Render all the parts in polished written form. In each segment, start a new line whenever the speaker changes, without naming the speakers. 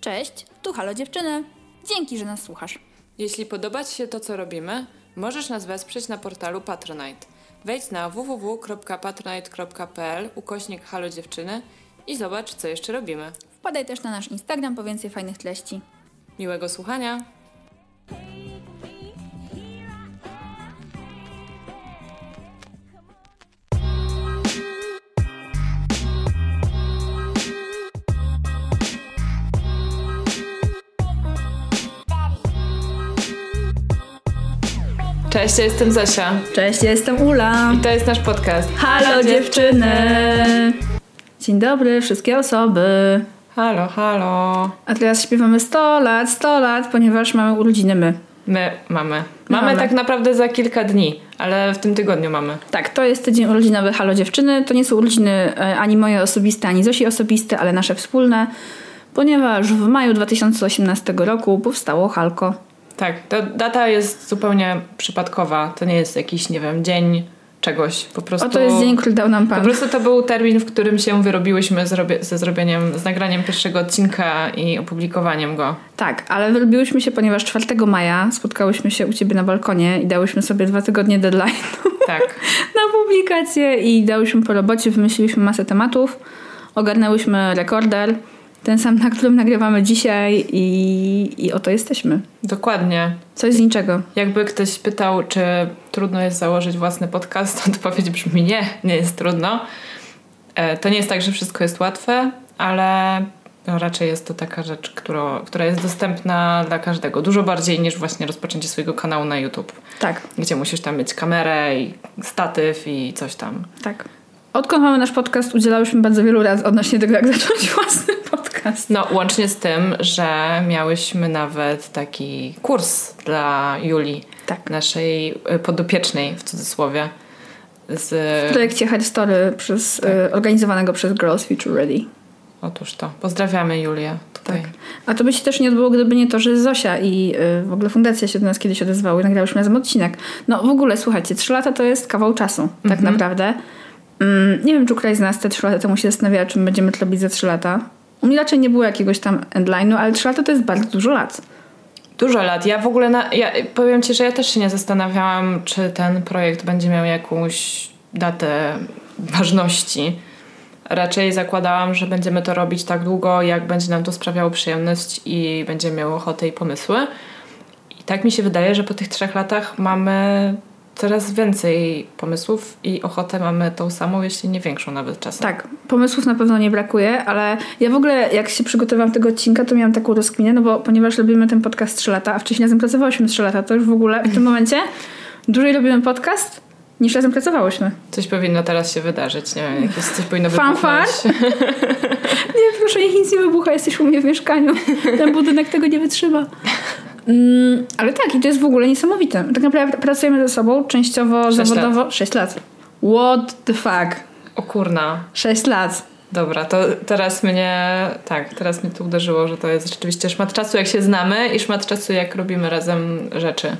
Cześć, tu Halo Dziewczyny. Dzięki, że nas słuchasz.
Jeśli podoba Ci się to, co robimy, możesz nas wesprzeć na portalu Patronite. Wejdź na www.patronite.pl/Halo Dziewczyny i zobacz, co jeszcze robimy.
Wpadaj też na nasz Instagram po więcej fajnych treści.
Miłego słuchania! Cześć, ja jestem Zosia.
Cześć, ja jestem Ula.
I to jest nasz podcast.
Halo Dziewczyny! Dzień dobry, wszystkie osoby.
Halo, halo.
A teraz śpiewamy 100 lat, ponieważ mamy urodziny my.
My mamy. Mamy tak naprawdę za kilka dni, ale w tym tygodniu mamy.
Tak, to jest tydzień urodzinowy Halo Dziewczyny. To nie są urodziny ani moje osobiste, ani Zosi osobiste, ale nasze wspólne, ponieważ w maju 2018 roku powstało Halko.
Tak, ta data jest zupełnie przypadkowa. To nie jest jakiś, nie wiem, dzień czegoś. Po prostu.
To jest dzień, który dał nam Pan.
Po prostu to był termin, w którym się wyrobiłyśmy z nagraniem pierwszego odcinka i opublikowaniem go.
Tak, ale wyrobiłyśmy się, ponieważ 4 maja spotkałyśmy się u Ciebie na balkonie i dałyśmy sobie 2 tygodnie deadline'u
tak.
na publikację i dałyśmy po robocie, wymyśliliśmy masę tematów, ogarnęłyśmy rekorder, ten sam, na którym nagrywamy dzisiaj i oto jesteśmy.
Dokładnie.
Coś z niczego.
Jakby ktoś pytał, czy trudno jest założyć własny podcast, to odpowiedź brzmi nie jest trudno. To nie jest tak, że wszystko jest łatwe, ale raczej jest to taka rzecz, która jest dostępna dla każdego. Dużo bardziej niż właśnie rozpoczęcie swojego kanału na YouTube.
Tak.
Gdzie musisz tam mieć kamerę i statyw i coś tam.
Tak. Odkąd mamy nasz podcast, udzielałyśmy bardzo wielu razy odnośnie tego, jak zacząć własny podcast.
No, łącznie z tym, że miałyśmy nawet taki kurs dla Julii,
tak.
Naszej podopiecznej, w cudzysłowie.
W projekcie Head Story organizowanego przez Girls Future Ready.
Otóż to. Pozdrawiamy Julię tutaj.
Tak. A to by się też nie odbyło, gdyby nie to, że Zosia i w ogóle fundacja się do nas kiedyś odezwały i nagrałyśmy razem odcinek. No w ogóle, słuchajcie, 3 lata to jest kawał czasu, tak naprawdę. Nie wiem, czy któraś z nas te 3 lata temu się zastanawiała, czym będziemy to robić za 3 lata. U mnie raczej nie było jakiegoś tam endline'u, ale 3 lata to jest bardzo dużo lat.
Dużo lat. Ja w ogóle, powiem Ci, że ja też się nie zastanawiałam, czy ten projekt będzie miał jakąś datę ważności. Raczej zakładałam, że będziemy to robić tak długo, jak będzie nam to sprawiało przyjemność i będziemy miały ochotę i pomysły. I tak mi się wydaje, że po tych 3 latach mamy coraz więcej pomysłów i ochotę mamy tą samą, jeśli nie większą nawet czasem.
Tak, pomysłów na pewno nie brakuje, ale ja w ogóle jak się przygotowałam tego odcinka, to miałam taką rozkminę, no bo ponieważ robimy ten podcast 3 lata, a wcześniej razem pracowałyśmy 3 lata, to już w ogóle w tym momencie dłużej robimy podcast niż razem pracowałyśmy.
Coś powinno teraz się wydarzyć, nie wiem, jakieś coś powinno
Fanfar? Nie, proszę, niech nic nie wybucha, jesteś u mnie w mieszkaniu. Ten budynek tego nie wytrzyma. Ale tak, i to jest w ogóle niesamowite. Tak naprawdę pracujemy ze sobą częściowo, zawodowo. 6 lat. What the fuck?
O kurna.
6 lat.
Dobra, to teraz mnie to uderzyło, że to jest rzeczywiście szmat czasu, jak się znamy i szmat czasu, jak robimy razem rzeczy.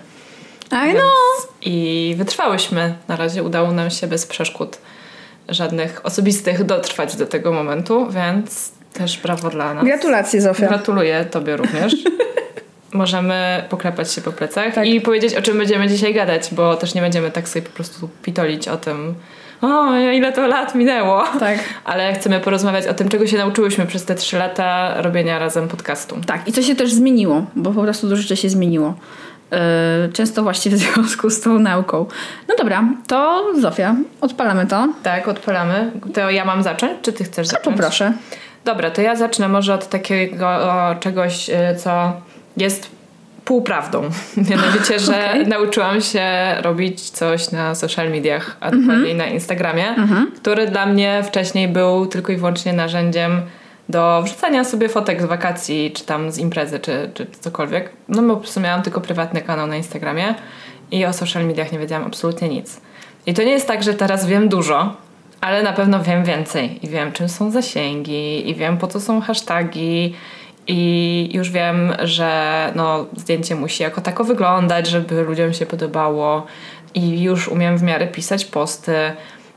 I wytrwałyśmy. Na razie udało nam się bez przeszkód żadnych osobistych dotrwać do tego momentu, więc też brawo dla nas.
Gratulacje, Zofia.
Gratuluję Tobie również. Możemy poklepać się po plecach i powiedzieć, o czym będziemy dzisiaj gadać, bo też nie będziemy tak sobie po prostu pitolić o tym, ile to lat minęło.
Tak.
Ale chcemy porozmawiać o tym, czego się nauczyłyśmy przez te 3 lata robienia razem podcastu.
Tak, i co się też zmieniło, bo po prostu dużo rzeczy się zmieniło. Często właśnie w związku z tą nauką. No dobra, to Zofia, odpalamy to.
Tak, odpalamy. To ja mam zacząć, czy ty chcesz zacząć?
Poproszę.
Dobra, to ja zacznę może od takiego czegoś, co jest półprawdą. Mianowicie, że nauczyłam się robić coś na social mediach, a dokładniej na Instagramie, który dla mnie wcześniej był tylko i wyłącznie narzędziem do wrzucania sobie fotek z wakacji, czy tam z imprezy, czy cokolwiek. No bo po prostu miałam tylko prywatny kanał na Instagramie i o social mediach nie wiedziałam absolutnie nic. I to nie jest tak, że teraz wiem dużo, ale na pewno wiem więcej. I wiem, czym są zasięgi, i wiem, po co są hasztagi, i już wiem, że zdjęcie musi jako tako wyglądać, żeby ludziom się podobało, i już umiem w miarę pisać posty.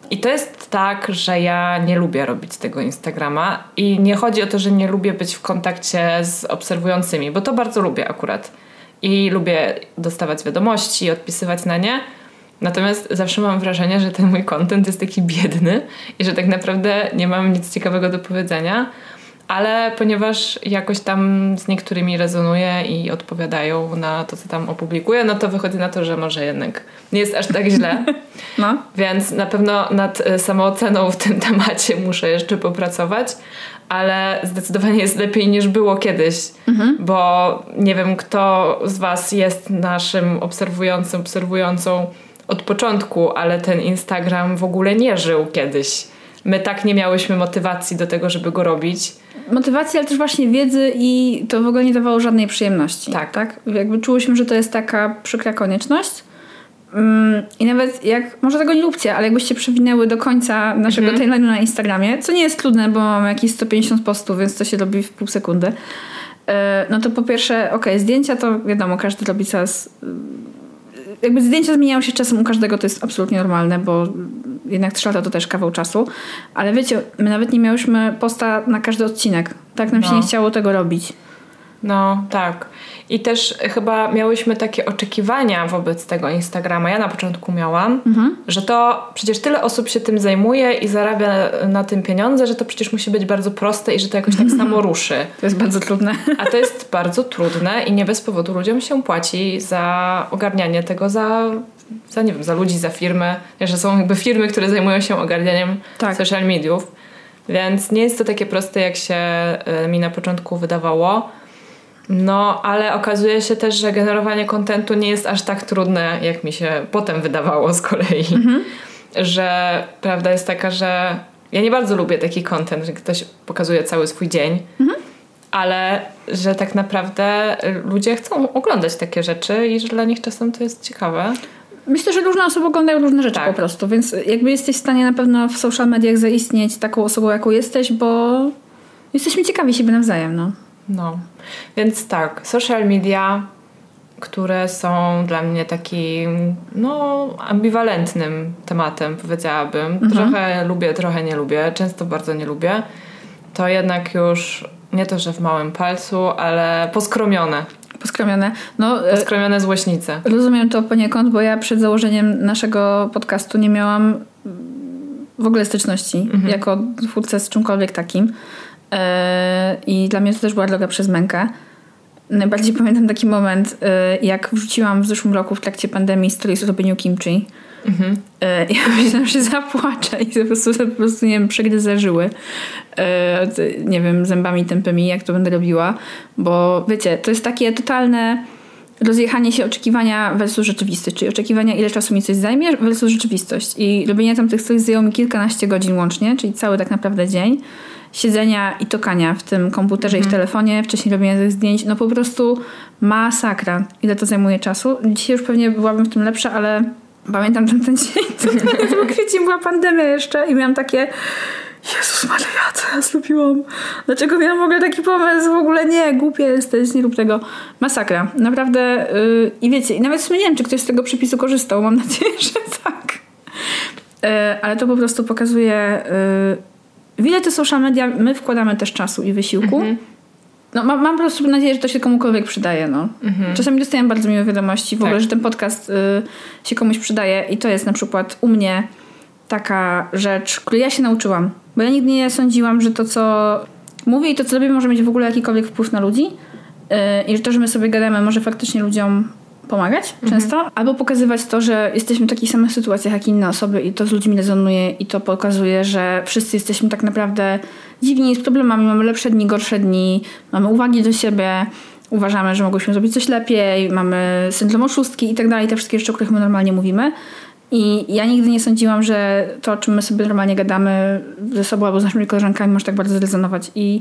I to jest tak, że ja nie lubię robić tego Instagrama i nie chodzi o to, że nie lubię być w kontakcie z obserwującymi, bo to bardzo lubię akurat. I lubię dostawać wiadomości, odpisywać na nie. Natomiast zawsze mam wrażenie, że ten mój content jest taki biedny i że tak naprawdę nie mam nic ciekawego do powiedzenia. Ale ponieważ jakoś tam z niektórymi rezonuję i odpowiadają na to, co tam opublikuję, no to wychodzi na to, że może jednak nie jest aż tak źle.
No.
Więc na pewno nad samooceną w tym temacie muszę jeszcze popracować, ale zdecydowanie jest lepiej niż było kiedyś, bo nie wiem, kto z was jest naszym obserwującą od początku, ale ten Instagram w ogóle nie żył kiedyś. My tak nie miałyśmy motywacji do tego, żeby go robić.
Motywacji, ale też właśnie wiedzy i to w ogóle nie dawało żadnej przyjemności. Tak? Jakby czułyśmy, że to jest taka przykra konieczność. I nawet jak, może tego nie lubcie, ale jakbyście przewinęły do końca naszego timeline'u na Instagramie, co nie jest trudne, bo mamy jakieś 150 postów, więc to się robi w pół sekundy. No to po pierwsze, zdjęcia to wiadomo, każdy robi coraz... Jakby zdjęcia zmieniają się czasem u każdego, to jest absolutnie normalne, bo jednak 3 lata to też kawał czasu. Ale wiecie, my nawet nie miałyśmy posta na każdy odcinek. Tak nam się nie chciało tego robić.
No, tak. I też chyba miałyśmy takie oczekiwania wobec tego Instagrama. Ja na początku miałam, że to przecież tyle osób się tym zajmuje i zarabia na tym pieniądze, że to przecież musi być bardzo proste i że to jakoś tak samo ruszy.
To jest bardzo trudne.
A to jest bardzo trudne i nie bez powodu ludziom się płaci za ogarnianie tego, za nie wiem, za ludzi, za firmy. Że są jakby firmy, które zajmują się ogarnianiem social mediów. Więc nie jest to takie proste, jak się mi na początku wydawało. No, ale okazuje się też, że generowanie kontentu nie jest aż tak trudne, jak mi się potem wydawało z kolei. Że prawda jest taka, że ja nie bardzo lubię taki content, że ktoś pokazuje cały swój dzień, ale że tak naprawdę ludzie chcą oglądać takie rzeczy i że dla nich czasem to jest ciekawe.
Myślę, że różne osoby oglądają różne rzeczy po prostu, więc jakby jesteś w stanie na pewno w social mediach zaistnieć taką osobą, jaką jesteś, bo jesteśmy ciekawi siebie nawzajem,
No, więc tak, social media, które są dla mnie takim, ambiwalentnym tematem, powiedziałabym. Trochę lubię, trochę nie lubię, często bardzo nie lubię. To jednak już nie to, że w małym palcu, ale poskromione. Poskromione złośnice.
Rozumiem to poniekąd, bo ja przed założeniem naszego podcastu nie miałam w ogóle styczności jako twórca z czymkolwiek takim. I dla mnie to też była droga przez mękę. Najbardziej pamiętam taki moment, jak wrzuciłam w zeszłym roku w trakcie pandemii stories o robieniu kimchi. Ja myślałam, że zapłaczę i po prostu nie wiem, przegryzę żyły. Nie wiem, zębami tępymi, jak to będę robiła. Bo wiecie, to jest takie totalne rozjechanie się oczekiwania versus rzeczywistość. Czyli oczekiwania, ile czasu mi coś zajmie versus rzeczywistość. I robienie tam tych stories zajęło mi kilkanaście godzin łącznie, czyli cały tak naprawdę dzień. Siedzenia i tokania w tym komputerze i w telefonie, wcześniej robienia tych zdjęć, po prostu masakra. Ile to zajmuje czasu. Dzisiaj już pewnie byłabym w tym lepsza, ale pamiętam ten dzień, w kwietniu była pandemia jeszcze i miałam takie Jezus Maria, co ja zrobiłam? Dlaczego miałam w ogóle taki pomysł? W ogóle nie, głupia jesteś, nie rób tego. Masakra. Naprawdę. I wiecie, i nawet w sumie nie wiem, czy ktoś z tego przepisu korzystał. Mam nadzieję, że tak. Ale to po prostu pokazuje w ile te social media my wkładamy też czasu i wysiłku. Mam po prostu nadzieję, że to się komukolwiek przydaje. Czasami dostajemy bardzo miłe wiadomości w ogóle, że ten podcast się komuś przydaje i to jest na przykład u mnie taka rzecz, której ja się nauczyłam. Bo ja nigdy nie sądziłam, że to, co mówię i to, co robię, może mieć w ogóle jakikolwiek wpływ na ludzi i że to, że my sobie gadamy, może faktycznie ludziom pomagać często, albo pokazywać to, że jesteśmy w takich samych sytuacjach jak inne osoby i to z ludźmi rezonuje i to pokazuje, że wszyscy jesteśmy tak naprawdę dziwni z problemami, mamy lepsze dni, gorsze dni, mamy uwagi do siebie, uważamy, że mogłyśmy zrobić coś lepiej, mamy syndrom oszustki i tak dalej, te wszystkie rzeczy, o których my normalnie mówimy. I ja nigdy nie sądziłam, że to, o czym my sobie normalnie gadamy ze sobą albo z naszymi koleżankami, może tak bardzo zrezonować. I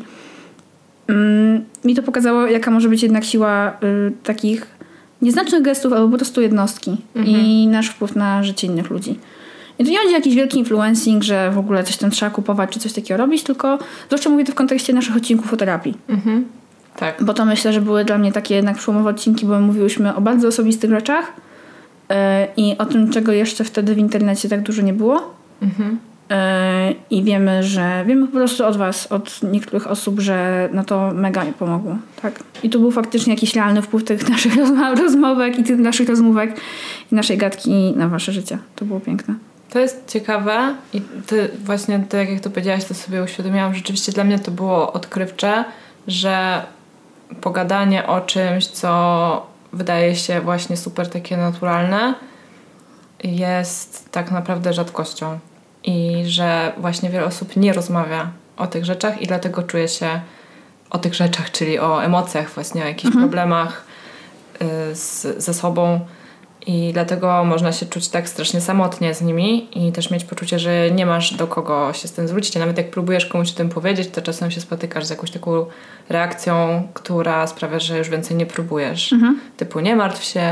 mi to pokazało, jaka może być jednak siła takich nieznacznych gestów, albo po prostu jednostki i nasz wpływ na życie innych ludzi. I to nie chodzi o jakiś wielki influencing, że w ogóle coś tam trzeba kupować, czy coś takiego robić, tylko zwłaszcza mówię to w kontekście naszych odcinków o terapii.
Tak.
Bo to myślę, że były dla mnie takie jednak przełomowe odcinki, bo mówiłyśmy o bardzo osobistych rzeczach i o tym, czego jeszcze wtedy w internecie tak dużo nie było. I wiemy po prostu od was, od niektórych osób, że no to mega mi pomogło, tak? I tu był faktycznie jakiś realny wpływ tych naszych rozmówek i tych naszych rozmówek i naszej gadki na wasze życie. To było piękne.
To jest ciekawe i ty właśnie, tak jak to powiedziałaś, to sobie uświadomiłam. Rzeczywiście dla mnie to było odkrywcze, że pogadanie o czymś, co wydaje się właśnie super takie naturalne, jest tak naprawdę rzadkością. I że właśnie wiele osób nie rozmawia o tych rzeczach i dlatego czuje się o tych rzeczach, czyli o emocjach, właśnie o jakichś problemach ze sobą. I dlatego można się czuć tak strasznie samotnie z nimi i też mieć poczucie, że nie masz do kogo się z tym zwrócić. A nawet jak próbujesz komuś o tym powiedzieć, to czasem się spotykasz z jakąś taką reakcją, która sprawia, że już więcej nie próbujesz. Typu nie martw się,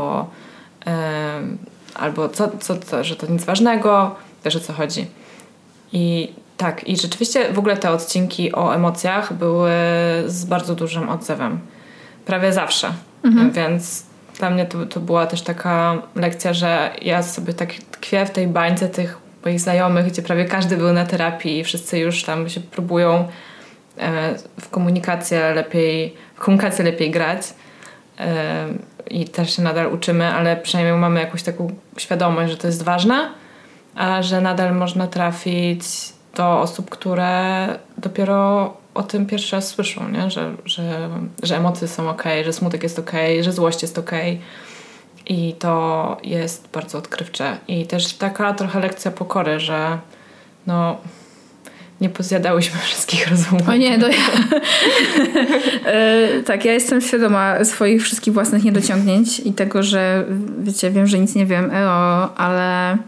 albo co, że to nic ważnego, wiesz o co chodzi. I tak, i rzeczywiście w ogóle te odcinki o emocjach były z bardzo dużym odzewem. Prawie zawsze. Więc dla mnie to była też taka lekcja, że ja sobie tak tkwię w tej bańce tych moich znajomych, gdzie prawie każdy był na terapii i wszyscy już tam się próbują w komunikację lepiej grać. I też się nadal uczymy, ale przynajmniej mamy jakąś taką świadomość, że to jest ważne, a że nadal można trafić do osób, które dopiero o tym pierwszy raz słyszą, nie? Że emocje są okej, że smutek jest okej, że złość jest okej. I to jest bardzo odkrywcze. I też taka trochę lekcja pokory, że no nie pozjadałyśmy wszystkich rozumów.
O nie, to ja... Tak, ja jestem świadoma swoich wszystkich własnych niedociągnięć i tego, że wiecie, wiem, że nic nie wiem, ale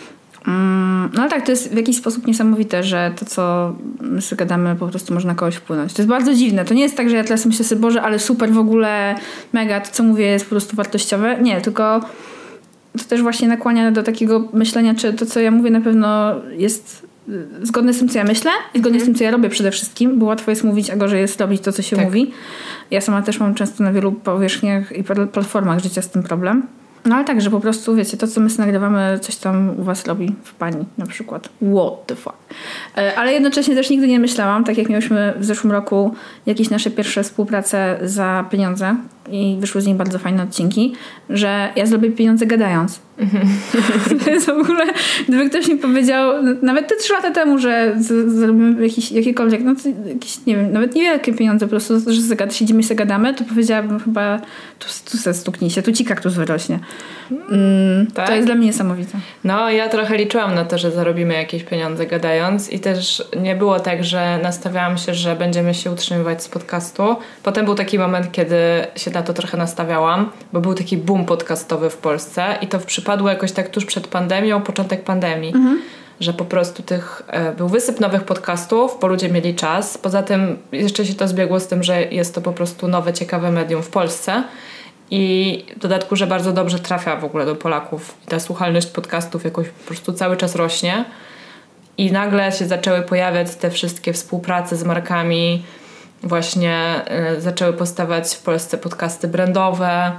no ale tak, to jest w jakiś sposób niesamowite, że to, co my sobie gadamy, po prostu może na kogoś wpłynąć. To jest bardzo dziwne. To nie jest tak, że ja teraz myślę sobie, Boże, ale super, w ogóle mega, to co mówię jest po prostu wartościowe. Nie, tylko to też właśnie nakłania do takiego myślenia, czy to, co ja mówię, na pewno jest zgodne z tym, co ja myślę i zgodne z tym, co ja robię przede wszystkim, bo łatwo jest mówić, a gorzej jest robić to, co się mówi. Ja sama też mam często na wielu powierzchniach i platformach życia z tym problem. No ale tak, że po prostu, wiecie, to co my nagrywamy, coś tam u was robi w pani na przykład. What the fuck. Ale jednocześnie też nigdy nie myślałam, tak jak miałyśmy w zeszłym roku jakieś nasze pierwsze współprace za pieniądze i wyszły z nich bardzo fajne odcinki, że ja zrobię pieniądze gadając. To jest w ogóle, gdyby ktoś mi powiedział, nawet te 3 lata temu, że zrobimy jakiekolwiek, no jakieś, nie wiem, nawet niewielkie pieniądze, po prostu, że siedzimy i sobie gadamy, to powiedziałabym chyba, tu se stuknij się, tu ci kaktus wyrośnie. Tak? To jest dla mnie niesamowite.
No, ja trochę liczyłam na to, że zarobimy jakieś pieniądze gadając i też nie było tak, że nastawiałam się, że będziemy się utrzymywać z podcastu. Potem był taki moment, kiedy się na to trochę nastawiałam, bo był taki boom podcastowy w Polsce i to przypadło jakoś tak tuż przed pandemią, początek pandemii. Że po prostu był wysyp nowych podcastów, bo ludzie mieli czas. Poza tym jeszcze się to zbiegło z tym, że jest to po prostu nowe, ciekawe medium w Polsce. I w dodatku, że bardzo dobrze trafia w ogóle do Polaków. I ta słuchalność podcastów jakoś po prostu cały czas rośnie. I nagle się zaczęły pojawiać te wszystkie współprace z markami. Właśnie zaczęły powstawać w Polsce podcasty brandowe.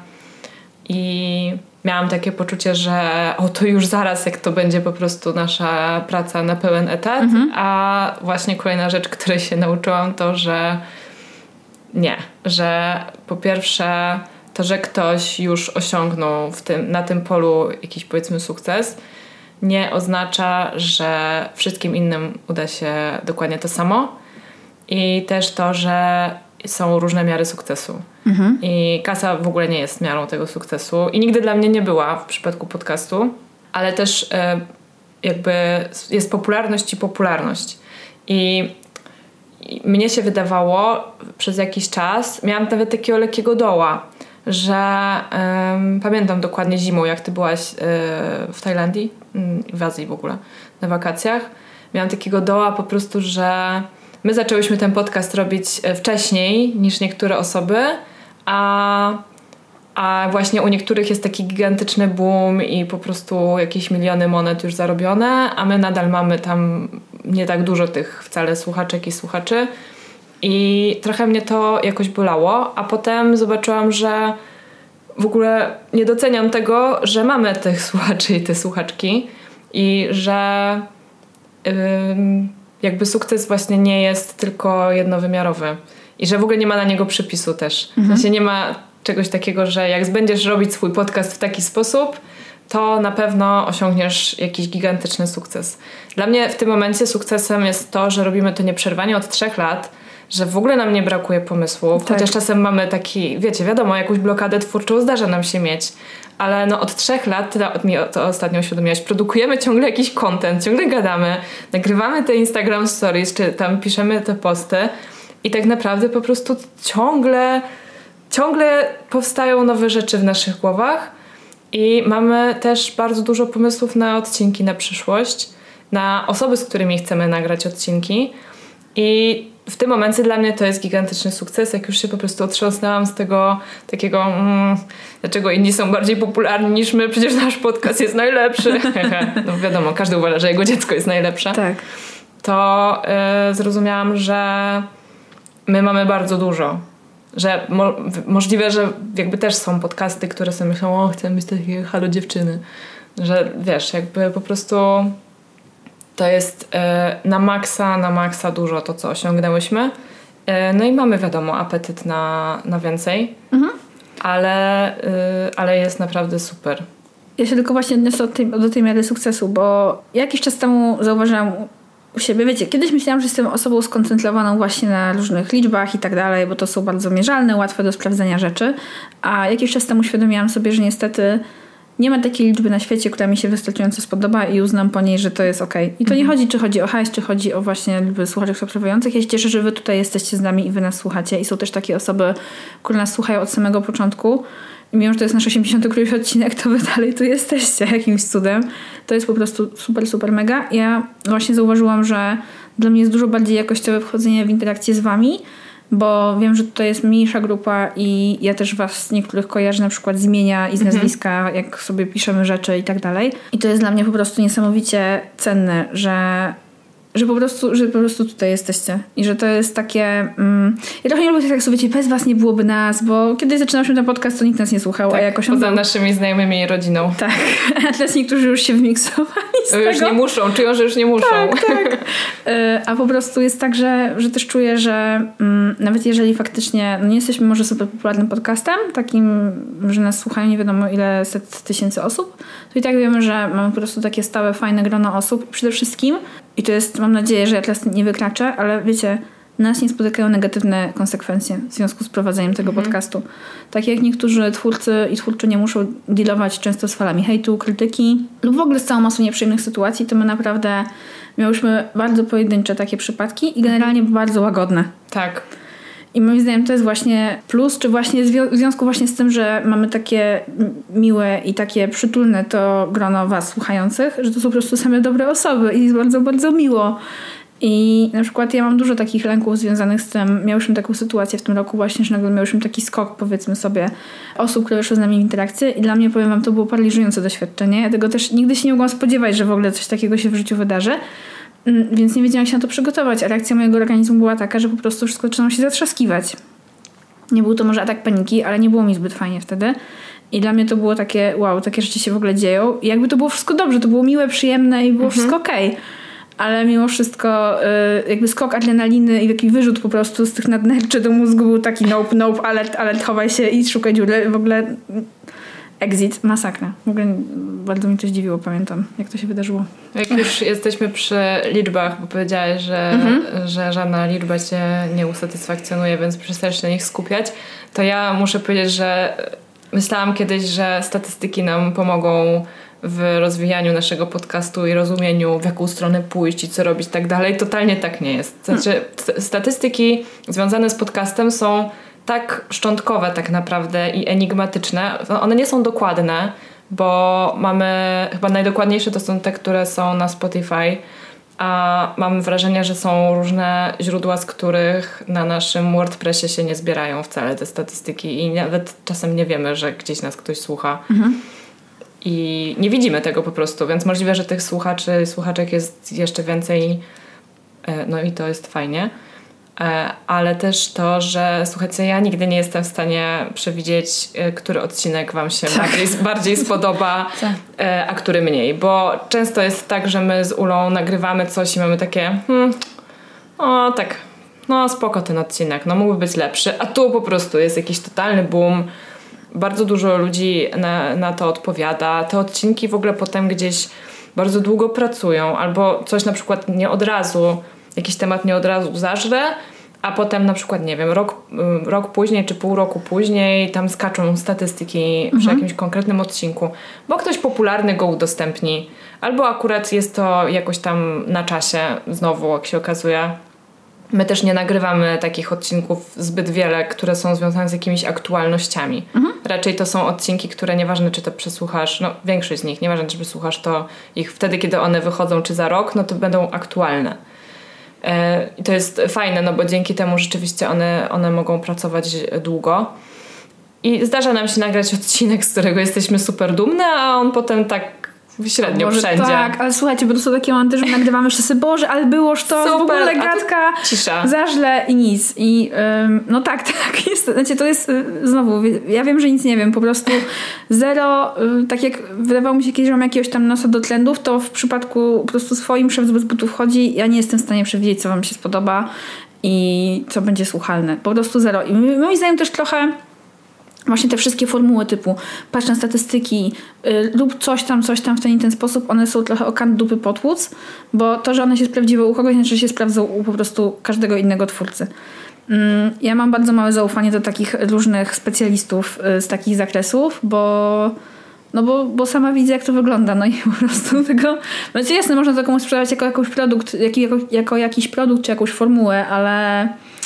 I miałam takie poczucie, że to już zaraz, jak to będzie po prostu nasza praca na pełen etat. A właśnie kolejna rzecz, której się nauczyłam, to, że nie. Że po pierwsze to, że ktoś już osiągnął na tym polu jakiś, powiedzmy, sukces, nie oznacza, że wszystkim innym uda się dokładnie to samo. I też to, że są różne miary sukcesu. I kasa w ogóle nie jest miarą tego sukcesu. I nigdy dla mnie nie była w przypadku podcastu. Ale też jakby jest popularność i popularność. I mnie się wydawało przez jakiś czas, miałam nawet takiego lekkiego doła, że pamiętam dokładnie zimą, jak ty byłaś w Tajlandii, w Azji w ogóle, na wakacjach. Miałam takiego doła po prostu, że my zaczęłyśmy ten podcast robić wcześniej niż niektóre osoby, a właśnie u niektórych jest taki gigantyczny boom i po prostu jakieś miliony monet już zarobione, a my nadal mamy tam nie tak dużo tych wcale słuchaczek i słuchaczy. I trochę mnie to jakoś bolało, a potem zobaczyłam, że w ogóle nie doceniam tego, że mamy tych słuchaczy i te słuchaczki i że jakby sukces właśnie nie jest tylko jednowymiarowy i że w ogóle nie ma na niego przepisu też. W sensie nie ma czegoś takiego, że jak będziesz robić swój podcast w taki sposób, to na pewno osiągniesz jakiś gigantyczny sukces. Dla mnie w tym momencie sukcesem jest to, że robimy to nieprzerwanie od 3 lat, że w ogóle nam nie brakuje pomysłów, chociaż czasem mamy taki, wiecie, wiadomo, jakąś blokadę twórczą zdarza nam się mieć, ale no od 3 lat, mi to ostatnio uświadomiłaś, produkujemy ciągle jakiś content, ciągle gadamy, nagrywamy te Instagram Stories, czy tam piszemy te posty i tak naprawdę po prostu ciągle powstają nowe rzeczy w naszych głowach i mamy też bardzo dużo pomysłów na odcinki na przyszłość, na osoby, z którymi chcemy nagrać odcinki i w tym momencie dla mnie to jest gigantyczny sukces, jak już się po prostu otrząsnęłam z tego takiego dlaczego inni są bardziej popularni niż my, przecież nasz podcast jest najlepszy. No wiadomo, każdy uważa, że jego dziecko jest najlepsze.
Tak.
To zrozumiałam, że my mamy bardzo dużo. Że możliwe, że jakby też są podcasty, które sobie myślą, chcę być takie halo dziewczyny. Że wiesz, jakby po prostu to jest na maksa dużo to, co osiągnęłyśmy. No i mamy, wiadomo, apetyt na więcej. Ale jest naprawdę super.
Ja się tylko właśnie odniosę do tej miary sukcesu, bo jakiś czas temu zauważyłam u siebie, wiecie, kiedyś myślałam, że jestem osobą skoncentrowaną właśnie na różnych liczbach i tak dalej, bo to są bardzo mierzalne, łatwe do sprawdzenia rzeczy, a jakiś czas temu uświadomiłam sobie, że niestety nie ma takiej liczby na świecie, która mi się wystarczająco spodoba i uznam po niej, że to jest okej. I to nie chodzi, czy chodzi o hajs, czy chodzi o właśnie liczby słuchaczy subskrybujących. Ja się cieszę, że wy tutaj jesteście z nami i wy nas słuchacie i są też takie osoby, które nas słuchają od samego początku. I mimo, że to jest nasz 80 któryś odcinek, to wy dalej tu jesteście jakimś cudem. To jest po prostu super, super mega. Ja właśnie zauważyłam, że dla mnie jest dużo bardziej jakościowe wchodzenie w interakcję z wami, bo wiem, że tutaj jest mniejsza grupa i ja też was niektórych kojarzę na przykład z imienia i z nazwiska, jak sobie piszemy rzeczy i tak dalej. I to jest dla mnie po prostu niesamowicie cenne, że po prostu tutaj jesteście. I że to jest takie... ja trochę nie lubię tak sobie, wiecie, bez was nie byłoby nas, bo kiedy zaczynaliśmy ten podcast, to nikt nas nie słuchał.
Tak,
a jakoś
poza naszymi znajomymi i rodziną.
Tak. A teraz niektórzy już się wymiksowali z tego.
Już nie muszą, czują, że już nie muszą.
Tak. A po prostu jest tak, że też czuję, że nawet jeżeli faktycznie nie jesteśmy może super popularnym podcastem, takim, że nas słuchają nie wiadomo ile set tysięcy osób, to i tak wiemy, że mamy po prostu takie stałe, fajne grono osób. I przede wszystkim, i to jest, mam nadzieję, że ja teraz nie wykraczę, ale wiecie, nas nie spotykają negatywne konsekwencje w związku z prowadzeniem tego podcastu. Tak jak niektórzy twórcy i twórczynie muszą dealować często z falami hejtu, krytyki lub w ogóle z całą masą nieprzyjemnych sytuacji, to my naprawdę miałyśmy bardzo pojedyncze takie przypadki i generalnie bardzo łagodne.
Tak.
I moim zdaniem to jest właśnie plus, czy właśnie w związku właśnie z tym, że mamy takie miłe i takie przytulne to grono was słuchających, że to są po prostu same dobre osoby i jest bardzo, bardzo miło. I na przykład ja mam dużo takich lęków związanych z tym. Miałyśmy taką sytuację w tym roku właśnie, że nagle miałyśmy taki skok, powiedzmy sobie, osób, które wyszły z nami w interakcję i dla mnie, powiem wam, to było paraliżujące doświadczenie. Ja tego też nigdy się nie mogłam spodziewać, że w ogóle coś takiego się w życiu wydarzy. Więc nie wiedziałam, jak się na to przygotować, a reakcja mojego organizmu była taka, że po prostu wszystko zaczynało się zatrzaskiwać. Nie był to może atak paniki, ale nie było mi zbyt fajnie wtedy. I dla mnie to było takie, wow, takie rzeczy się w ogóle dzieją. I jakby to było wszystko dobrze, to było miłe, przyjemne i było wszystko okej. Ale mimo wszystko jakby skok adrenaliny i taki wyrzut po prostu z tych nadnerczy do mózgu był taki nope, alert, chowaj się i szukaj dziury. W ogóle exit, masakra. W ogóle bardzo mi to zdziwiło, pamiętam, jak to się wydarzyło.
Jak już jesteśmy przy liczbach, bo powiedziałaś, że żadna liczba cię nie usatysfakcjonuje, więc przestajesz się na nich skupiać, to ja muszę powiedzieć, że myślałam kiedyś, że statystyki nam pomogą w rozwijaniu naszego podcastu i rozumieniu, w jaką stronę pójść i co robić i tak dalej. Totalnie tak nie jest. Znaczy, statystyki związane z podcastem są tak szczątkowe tak naprawdę i enigmatyczne. One nie są dokładne, bo mamy, chyba najdokładniejsze to są te, które są na Spotify, a mam wrażenie, że są różne źródła, z których na naszym WordPressie się nie zbierają wcale te statystyki i nawet czasem nie wiemy, że gdzieś nas ktoś słucha. I nie widzimy tego po prostu, więc możliwe, że tych słuchaczy, słuchaczek jest jeszcze więcej, no i to jest fajnie. ale też to, że słuchajcie, ja nigdy nie jestem w stanie przewidzieć, który odcinek wam się bardziej spodoba, a który mniej, bo często jest tak, że my z Ulą nagrywamy coś i mamy takie spoko ten odcinek, mógłby być lepszy, a tu po prostu jest jakiś totalny boom, bardzo dużo ludzi na to odpowiada, te odcinki w ogóle potem gdzieś bardzo długo pracują, albo coś na przykład jakiś temat nie od razu zażre, a potem na przykład, nie wiem, rok później czy pół roku później tam skaczą statystyki przy jakimś konkretnym odcinku, bo ktoś popularny go udostępni, albo akurat jest to jakoś tam na czasie, znowu jak się okazuje. My też nie nagrywamy takich odcinków zbyt wiele, które są związane z jakimiś aktualnościami. Raczej to są odcinki, które nieważne, czy to przesłuchasz, większość z nich, nieważne, czy przesłuchasz to ich wtedy, kiedy one wychodzą, czy za rok, to będą aktualne. I to jest fajne, bo dzięki temu rzeczywiście one mogą pracować długo. I zdarza nam się nagrać odcinek, z którego jesteśmy super dumne, a on potem tak średnio wszędzie.
Tak, ale słuchajcie, bo to są takie momenty, że nagrywamy się sobie, Boże, ale byłoż to super, w ogóle gadka
cisza.
Za źle i nic. I tak jest. Znaczy, to jest znowu, ja wiem, że nic nie wiem, po prostu zero, tak jak wydawało mi się kiedyś, że mam jakiegoś tam nosa do trendów, to w przypadku po prostu swoim szef bez butów chodzi, ja nie jestem w stanie przewidzieć, co wam się spodoba i co będzie słuchalne. Po prostu zero. I moim zdaniem też trochę właśnie te wszystkie formuły typu patrz na statystyki, lub coś tam w ten i ten sposób, one są trochę o kant dupy potłuc, bo to, że one się sprawdziły u kogoś, znaczy, że się sprawdzą u po prostu każdego innego twórcy. Ja mam bardzo małe zaufanie do takich różnych specjalistów z takich zakresów, bo sama widzę, jak to wygląda, i po prostu tego... Znaczy jasne, można to komuś sprzedawać jako jakiś produkt, jako jakiś produkt czy jakąś formułę, ale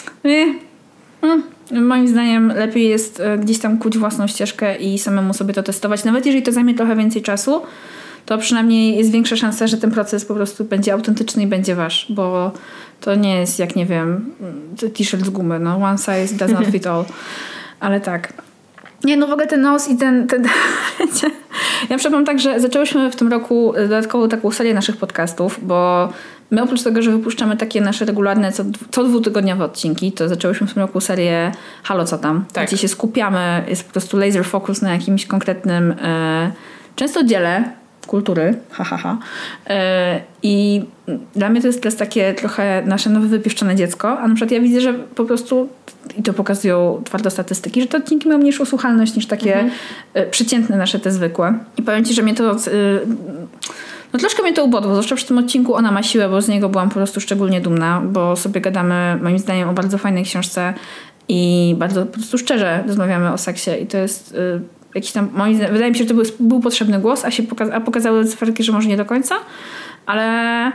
moim zdaniem lepiej jest gdzieś tam kuć własną ścieżkę i samemu sobie to testować. Nawet jeżeli to zajmie trochę więcej czasu, to przynajmniej jest większa szansa, że ten proces po prostu będzie autentyczny i będzie wasz, bo to nie jest jak, nie wiem, t-shirt z gumy, one size does not fit all. Ale tak. Nie, w ogóle ten nos i ten ja przypomnę tak, że zaczęłyśmy w tym roku dodatkową taką serię naszych podcastów, bo my oprócz tego, że wypuszczamy takie nasze regularne co dwutygodniowe odcinki, to zaczęłyśmy w tym roku serię Halo, co tam?
Tak.
Gdzie się skupiamy, jest po prostu laser focus na jakimś konkretnym często dziele kultury, i dla mnie to jest takie trochę nasze nowe wypieszczone dziecko, a na przykład ja widzę, że po prostu, i to pokazują twardo statystyki, że te odcinki mają mniejszą słuchalność niż takie przeciętne nasze te zwykłe. I powiem ci, że mnie to troszkę mnie to ubodło, zwłaszcza przy tym odcinku Ona ma siłę, bo z niego byłam po prostu szczególnie dumna, bo sobie gadamy moim zdaniem o bardzo fajnej książce i bardzo po prostu szczerze rozmawiamy o seksie i to jest jakiś tam, wydaje mi się, że to był potrzebny głos, a pokazały cyferki, że może nie do końca, ale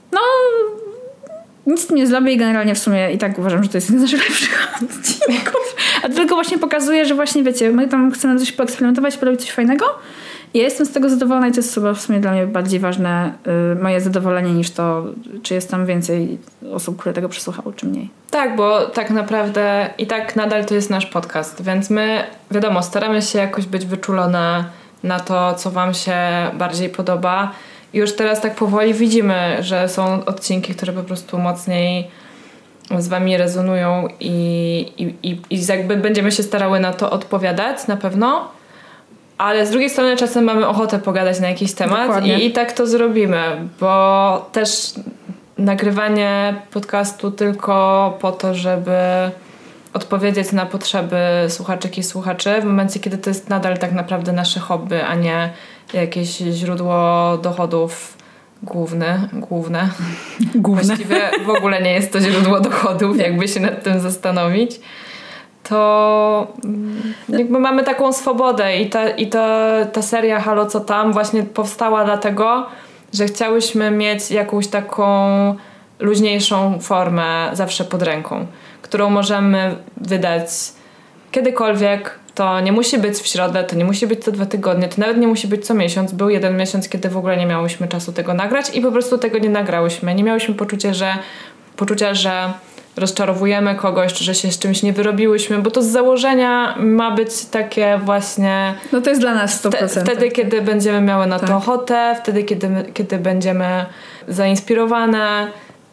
nic z tym nie zrobię i generalnie w sumie i tak uważam, że to jest jeden z naszych lepszych odcinków. A to tylko właśnie pokazuje, że właśnie wiecie, my tam chcemy coś poeksperymentować, porobić coś fajnego i ja jestem z tego zadowolona i to jest w sumie dla mnie bardziej ważne moje zadowolenie niż to, czy jest tam więcej osób, które tego przesłuchały, czy mniej.
Tak, bo tak naprawdę i tak nadal to jest nasz podcast, więc my, wiadomo, staramy się jakoś być wyczulone na to, co wam się bardziej podoba. I już teraz tak powoli widzimy, że są odcinki, które po prostu mocniej z wami rezonują i jakby będziemy się starały na to odpowiadać na pewno, ale z drugiej strony czasem mamy ochotę pogadać na jakiś temat i tak to zrobimy, bo też nagrywanie podcastu tylko po to, żeby odpowiedzieć na potrzeby słuchaczek i słuchaczy w momencie, kiedy to jest nadal tak naprawdę nasze hobby, a nie jakieś źródło dochodów główne. Właściwie w ogóle nie jest to źródło dochodów, jakby się nad tym zastanowić. To jakby mamy taką swobodę i ta seria Halo, co tam właśnie powstała dlatego, że chciałyśmy mieć jakąś taką luźniejszą formę zawsze pod ręką, którą możemy wydać kiedykolwiek. To nie musi być w środę, to nie musi być co 2 tygodnie, to nawet nie musi być co miesiąc. Był jeden miesiąc, kiedy w ogóle nie miałyśmy czasu tego nagrać i po prostu tego nie nagrałyśmy. Nie miałyśmy poczucia, że rozczarowujemy kogoś, czy że się z czymś nie wyrobiłyśmy, bo to z założenia ma być takie właśnie...
to jest dla nas 100%.
Wtedy, kiedy będziemy miały na to ochotę, wtedy, kiedy będziemy zainspirowane,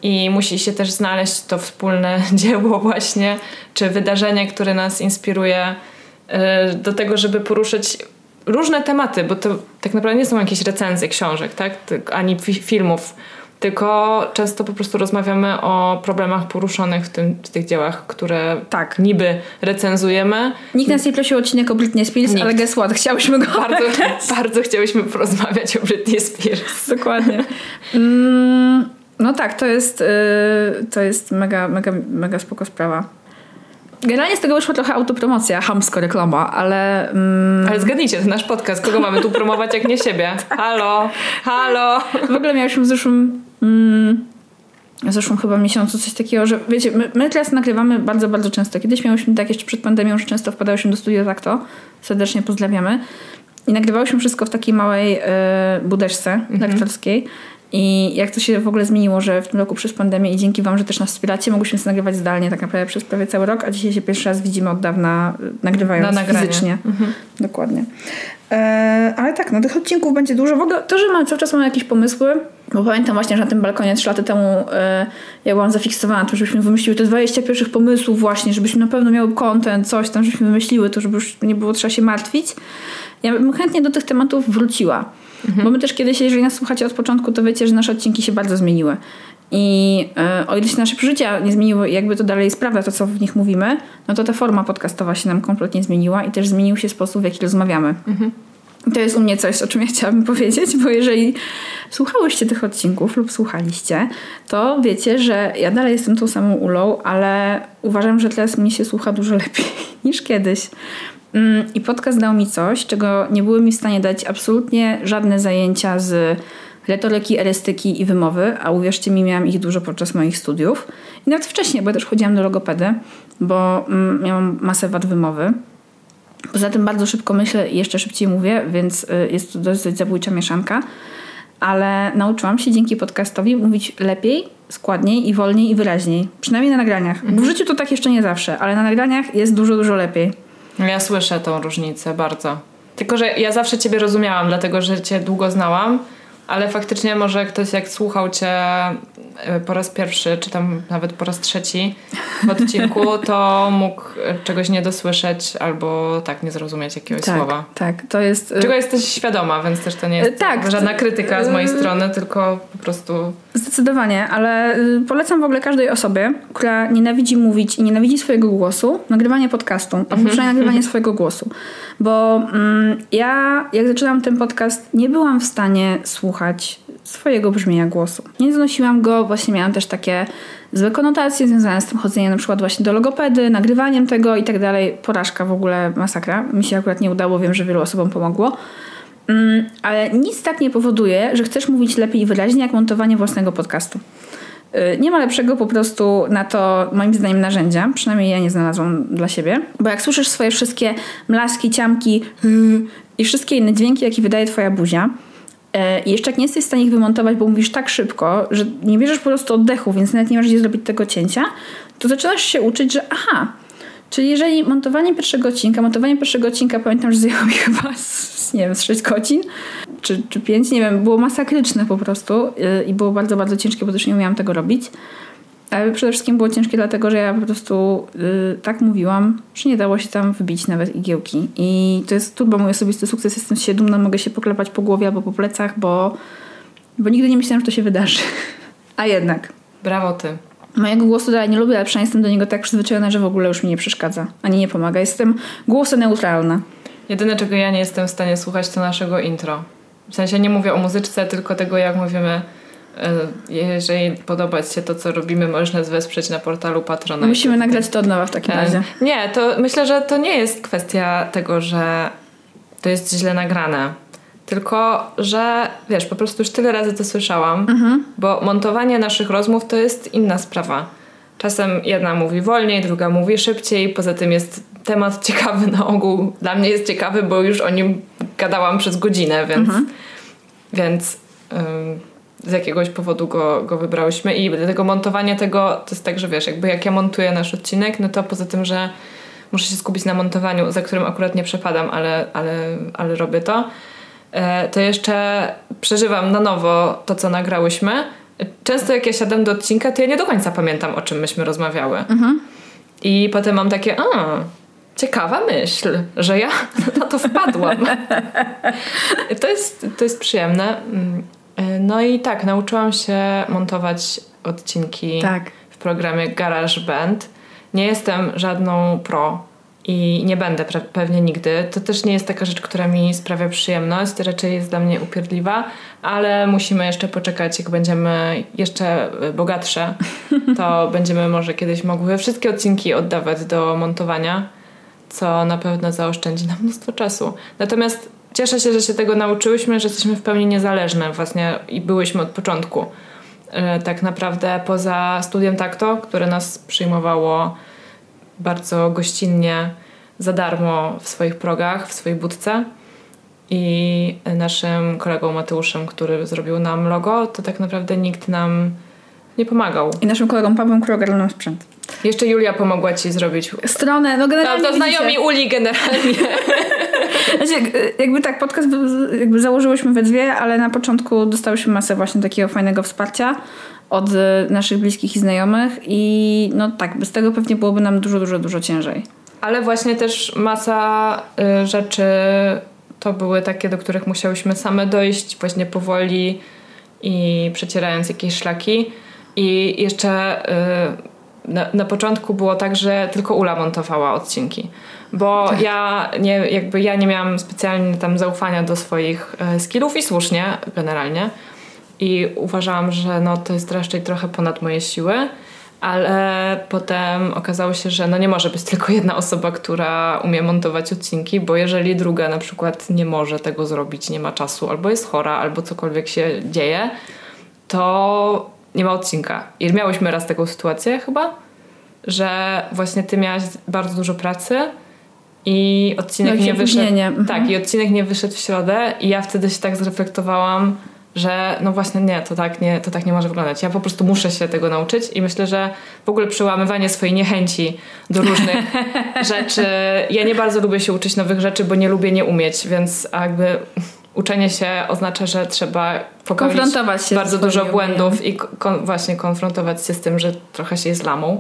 i musi się też znaleźć to wspólne dzieło właśnie, czy wydarzenie, które nas inspiruje do tego, żeby poruszyć różne tematy, bo to tak naprawdę nie są jakieś recenzje książek, tak? Ani filmów, tylko często po prostu rozmawiamy o problemach poruszonych w tych dziełach, które niby recenzujemy.
Nikt nas nie prosił o odcinek o Britney Spears, ale guess what? Chciałyśmy go
bardzo chciałyśmy porozmawiać o Britney Spears.
Dokładnie. No tak, to jest mega spoko sprawa. Generalnie z tego wyszła trochę autopromocja, chamsko reklama, ale...
Ale zgadnijcie, to nasz podcast. Kogo mamy tu promować jak nie siebie? Halo!
W ogóle miałyśmy w zeszłym chyba miesiącu coś takiego, że wiecie, my teraz nagrywamy bardzo, bardzo często. Kiedyś miałyśmy tak jeszcze przed pandemią, że często wpadałyśmy do studia tak to. Serdecznie pozdrawiamy. I nagrywałyśmy wszystko w takiej małej budeczce lektorskiej. I jak to się w ogóle zmieniło, że w tym roku przez pandemię i dzięki wam, że też nas wspieracie, mogłyśmy sobie nagrywać zdalnie tak naprawdę przez prawie cały rok, a dzisiaj się pierwszy raz widzimy od dawna nagrywając fizycznie. Dokładnie. Ale tak, tych odcinków będzie dużo. W ogóle to, że cały czas mamy jakieś pomysły, bo pamiętam właśnie, że na tym balkonie 3 lata temu ja byłam zafiksowana, to żebyśmy wymyśliły te 20 pierwszych pomysłów właśnie, żebyśmy na pewno miały content, coś tam, żebyśmy wymyśliły to, żeby już nie było trzeba się martwić. Ja bym chętnie do tych tematów wróciła. Bo my też kiedyś, jeżeli nas słuchacie od początku, to wiecie, że nasze odcinki się bardzo zmieniły. I o ile się nasze przeżycia nie zmieniły, jakby to dalej jest prawda, to co w nich mówimy, no to ta forma podcastowa się nam kompletnie zmieniła i też zmienił się sposób, w jaki rozmawiamy. To jest u mnie coś, o czym ja chciałabym powiedzieć, bo jeżeli słuchałyście tych odcinków lub słuchaliście, to wiecie, że ja dalej jestem tą samą Ulą, ale uważam, że teraz mnie się słucha dużo lepiej niż kiedyś. I podcast dał mi coś, czego nie były mi w stanie dać absolutnie żadne zajęcia z retoryki, erystyki i wymowy, a uwierzcie mi, miałam ich dużo podczas moich studiów. I nawet wcześniej, bo ja też chodziłam do logopedy, bo miałam masę wad wymowy. Poza tym bardzo szybko myślę i jeszcze szybciej mówię, więc jest to dosyć zabójcza mieszanka. Ale nauczyłam się dzięki podcastowi mówić lepiej, składniej i wolniej i wyraźniej. Przynajmniej na nagraniach. Bo w życiu to tak jeszcze nie zawsze, ale na nagraniach jest dużo, dużo lepiej.
Ja słyszę tą różnicę bardzo. Tylko, że ja zawsze ciebie rozumiałam, dlatego, że cię długo znałam, ale faktycznie może ktoś jak słuchał cię po raz pierwszy, czy tam nawet po raz trzeci w odcinku, to mógł czegoś nie dosłyszeć albo tak nie zrozumieć jakiegoś słowa.
Tak, to jest...
Czego jesteś świadoma, więc też to nie jest żadna krytyka z mojej strony, tylko po prostu...
Zdecydowanie, ale polecam w ogóle każdej osobie, która nienawidzi mówić i nienawidzi swojego głosu, nagrywanie podcastu, a przynajmniej nagrywanie swojego głosu. Bo ja, jak zaczynałam ten podcast, nie byłam w stanie słuchać swojego brzmienia głosu. Nie znosiłam go, właśnie miałam też takie złe konotacje związane z tym chodzeniem na przykład właśnie do logopedy, nagrywaniem tego i tak dalej. Porażka w ogóle, masakra. Mi się akurat nie udało, wiem, że wielu osobom pomogło. Ale nic tak nie powoduje, że chcesz mówić lepiej i wyraźnie, jak montowanie własnego podcastu. Nie ma lepszego po prostu na to, moim zdaniem, narzędzia. Przynajmniej ja nie znalazłam dla siebie. Bo jak słyszysz swoje wszystkie mlaski, ciamki i wszystkie inne dźwięki, jakie wydaje twoja buzia, i jeszcze jak nie jesteś w stanie ich wymontować, bo mówisz tak szybko, że nie bierzesz po prostu oddechu, więc nawet nie masz gdzie zrobić tego cięcia, to zaczynasz się uczyć, że czyli jeżeli montowanie pierwszego odcinka pamiętam, że zajęło mi chyba z 6 godzin czy 5, nie wiem, było masakryczne po prostu i było bardzo, bardzo ciężkie, bo też nie umiałam tego robić. Ale przede wszystkim było ciężkie dlatego, że ja po prostu tak mówiłam, że nie dało się tam wybić nawet igiełki. I to jest turbo mój osobisty sukces. Jestem się dumna, mogę się poklepać po głowie albo po plecach, bo nigdy nie myślałam, że to się wydarzy. A jednak.
Brawo ty.
Mojego głosu dalej nie lubię, ale przynajmniej jestem do niego tak przyzwyczajona, że w ogóle już mi nie przeszkadza. Ani nie pomaga. Jestem głoso-neutralna.
Jedyne, czego ja nie jestem w stanie słuchać, to naszego intro. W sensie nie mówię o muzyczce, tylko tego, jak mówimy. Jeżeli podoba ci się to, co robimy, możesz nas wesprzeć na portalu Patronite.
Musimy nagrać to od nowa w takim razie.
Nie, to myślę, że to nie jest kwestia tego, że to jest źle nagrane. Tylko, że wiesz, po prostu już tyle razy to słyszałam, bo montowanie naszych rozmów to jest inna sprawa. Czasem jedna mówi wolniej, druga mówi szybciej, poza tym jest temat ciekawy na ogół. Dla mnie jest ciekawy, bo już o nim gadałam przez godzinę, więc z jakiegoś powodu go wybrałyśmy i dlatego montowanie tego to jest tak, że wiesz, jakby jak ja montuję nasz odcinek, no to poza tym, że muszę się skupić na montowaniu, za którym akurat nie przepadam, ale robię to, to jeszcze przeżywam na nowo to, co nagrałyśmy często jak ja siadam do odcinka, to ja nie do końca pamiętam, o czym myśmy rozmawiały. I potem mam takie, ciekawa myśl, że ja na to wpadłam. To jest przyjemne. No i tak, nauczyłam się montować odcinki w programie GarageBand. Nie jestem żadną pro i nie będę pewnie nigdy. To też nie jest taka rzecz, która mi sprawia przyjemność. Raczej jest dla mnie upierdliwa, ale musimy jeszcze poczekać, jak będziemy jeszcze bogatsze, to będziemy może kiedyś mogły wszystkie odcinki oddawać do montowania, co na pewno zaoszczędzi nam mnóstwo czasu. Natomiast cieszę się, że się tego nauczyłyśmy, że jesteśmy w pełni niezależne właśnie i byłyśmy od początku. Tak naprawdę poza studiem Takto, które nas przyjmowało bardzo gościnnie, za darmo w swoich progach, w swojej budce i naszym kolegą Mateuszem, który zrobił nam logo, to tak naprawdę nikt nam nie pomagał.
I naszym kolegą Pawłem, który ogarnął nam sprzęt.
Jeszcze Julia pomogła ci zrobić
stronę, no generalnie
to znajomi Uli generalnie.
Znaczy, jakby tak, podcast założyłyśmy we dwie, ale na początku dostałyśmy masę właśnie takiego fajnego wsparcia od naszych bliskich i znajomych i no tak, bez tego pewnie byłoby nam dużo ciężej.
Ale właśnie też masa rzeczy to były takie, do których musiałyśmy same dojść właśnie powoli i przecierając jakieś szlaki. I jeszcze na początku było tak, że tylko Ula montowała odcinki. Bo ja nie miałam specjalnie tam zaufania do swoich skillów i słusznie generalnie. I uważałam, że no to jest raczej trochę ponad moje siły, ale potem okazało się, że no nie może być tylko jedna osoba, która umie montować odcinki, bo jeżeli druga na przykład nie może tego zrobić, nie ma czasu, albo jest chora, albo cokolwiek się dzieje, to nie ma odcinka. I miałyśmy raz taką sytuację chyba, że właśnie ty miałaś bardzo dużo pracy i odcinek nie wyszedł. Tak, i odcinek nie wyszedł w środę i ja wtedy się tak zreflektowałam, że no właśnie nie, to tak nie może wyglądać. Ja po prostu muszę się tego nauczyć i myślę, że w ogóle przełamywanie swojej niechęci do różnych rzeczy. Ja nie bardzo lubię się uczyć nowych rzeczy, bo nie lubię nie umieć, więc jakby uczenie się oznacza, że trzeba popełnić
konfrontować się
bardzo dużo błędów i właśnie konfrontować się z tym, że trochę się jest lamą.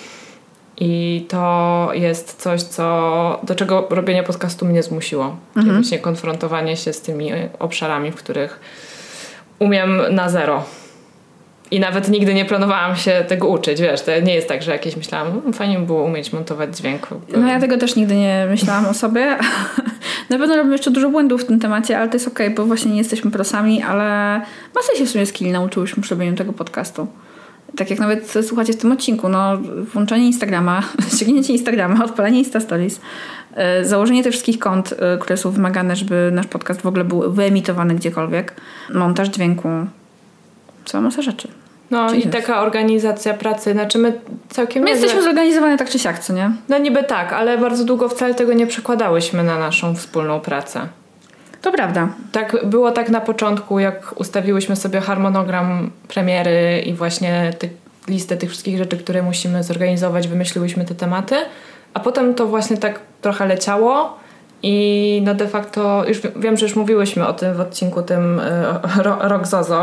I to jest coś, do czego robienie podcastu mnie zmusiło. Właśnie konfrontowanie się z tymi obszarami, w których umiem na zero. I nawet nigdy nie planowałam się tego uczyć, wiesz, to nie jest tak, że jakieś myślałam, fajnie by było umieć montować dźwięk.
No ja tego też nigdy nie myślałam o sobie. Na pewno robimy jeszcze dużo błędów w tym temacie, ale to jest okej, bo właśnie nie jesteśmy prosami, ale masę się w sumie skilli nauczyłyśmy przy robieniu tego podcastu. Tak jak nawet słuchacie w tym odcinku, no włączenie Instagrama, ściągnięcie Instagrama, odpalenie Insta Stories, założenie tych wszystkich kont, które są wymagane, żeby nasz podcast w ogóle był wyemitowany gdziekolwiek, montaż dźwięku, cała masa rzeczy.
No i taka organizacja pracy, znaczy my całkiem...
My jesteśmy zorganizowane tak czy siak, co nie?
No niby tak, ale bardzo długo wcale tego nie przekładałyśmy na naszą wspólną pracę.
To prawda.
Tak było tak na początku, jak ustawiłyśmy sobie harmonogram premiery i właśnie listę tych wszystkich rzeczy, które musimy zorganizować, wymyśliłyśmy te tematy, a potem to właśnie tak trochę leciało i no de facto, już wiem, że już mówiłyśmy o tym w odcinku tym Rok Zozo,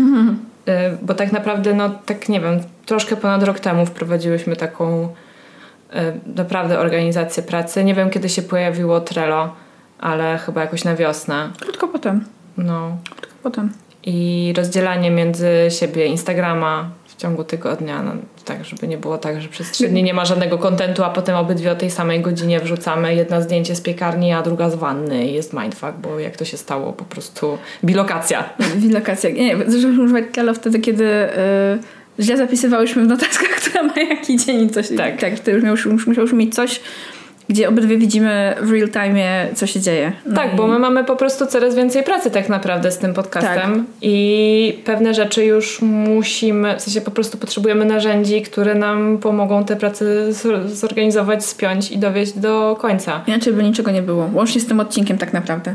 bo tak naprawdę, no tak nie wiem, troszkę ponad rok temu wprowadziłyśmy taką naprawdę organizację pracy. Nie wiem, kiedy się pojawiło Trello, ale chyba jakoś na wiosnę.
Krótko potem.
No.
Krótko potem.
I rozdzielanie między siebie Instagrama w ciągu tygodnia, no, tak, żeby nie było tak, że przez 3 dni nie ma żadnego kontentu, a potem obydwie o tej samej godzinie wrzucamy jedna zdjęcie z piekarni, a druga z wanny i jest mindfuck, bo jak to się stało, po prostu bilokacja.
Bilokacja. Nie, zaczęliśmy używać Trello wtedy, kiedy źle zapisywałyśmy w notatkach, która ma jaki dzień i coś. Tak, wtedy już musiałyśmy mieć coś, gdzie obydwie widzimy w real time, co się dzieje. No
tak, bo my mamy po prostu coraz więcej pracy tak naprawdę z tym podcastem. Tak. I pewne rzeczy już musimy, w sensie po prostu potrzebujemy narzędzi, które nam pomogą te prace zorganizować, spiąć i dowieść do końca.
Inaczej by niczego nie było. Łącznie z tym odcinkiem tak naprawdę.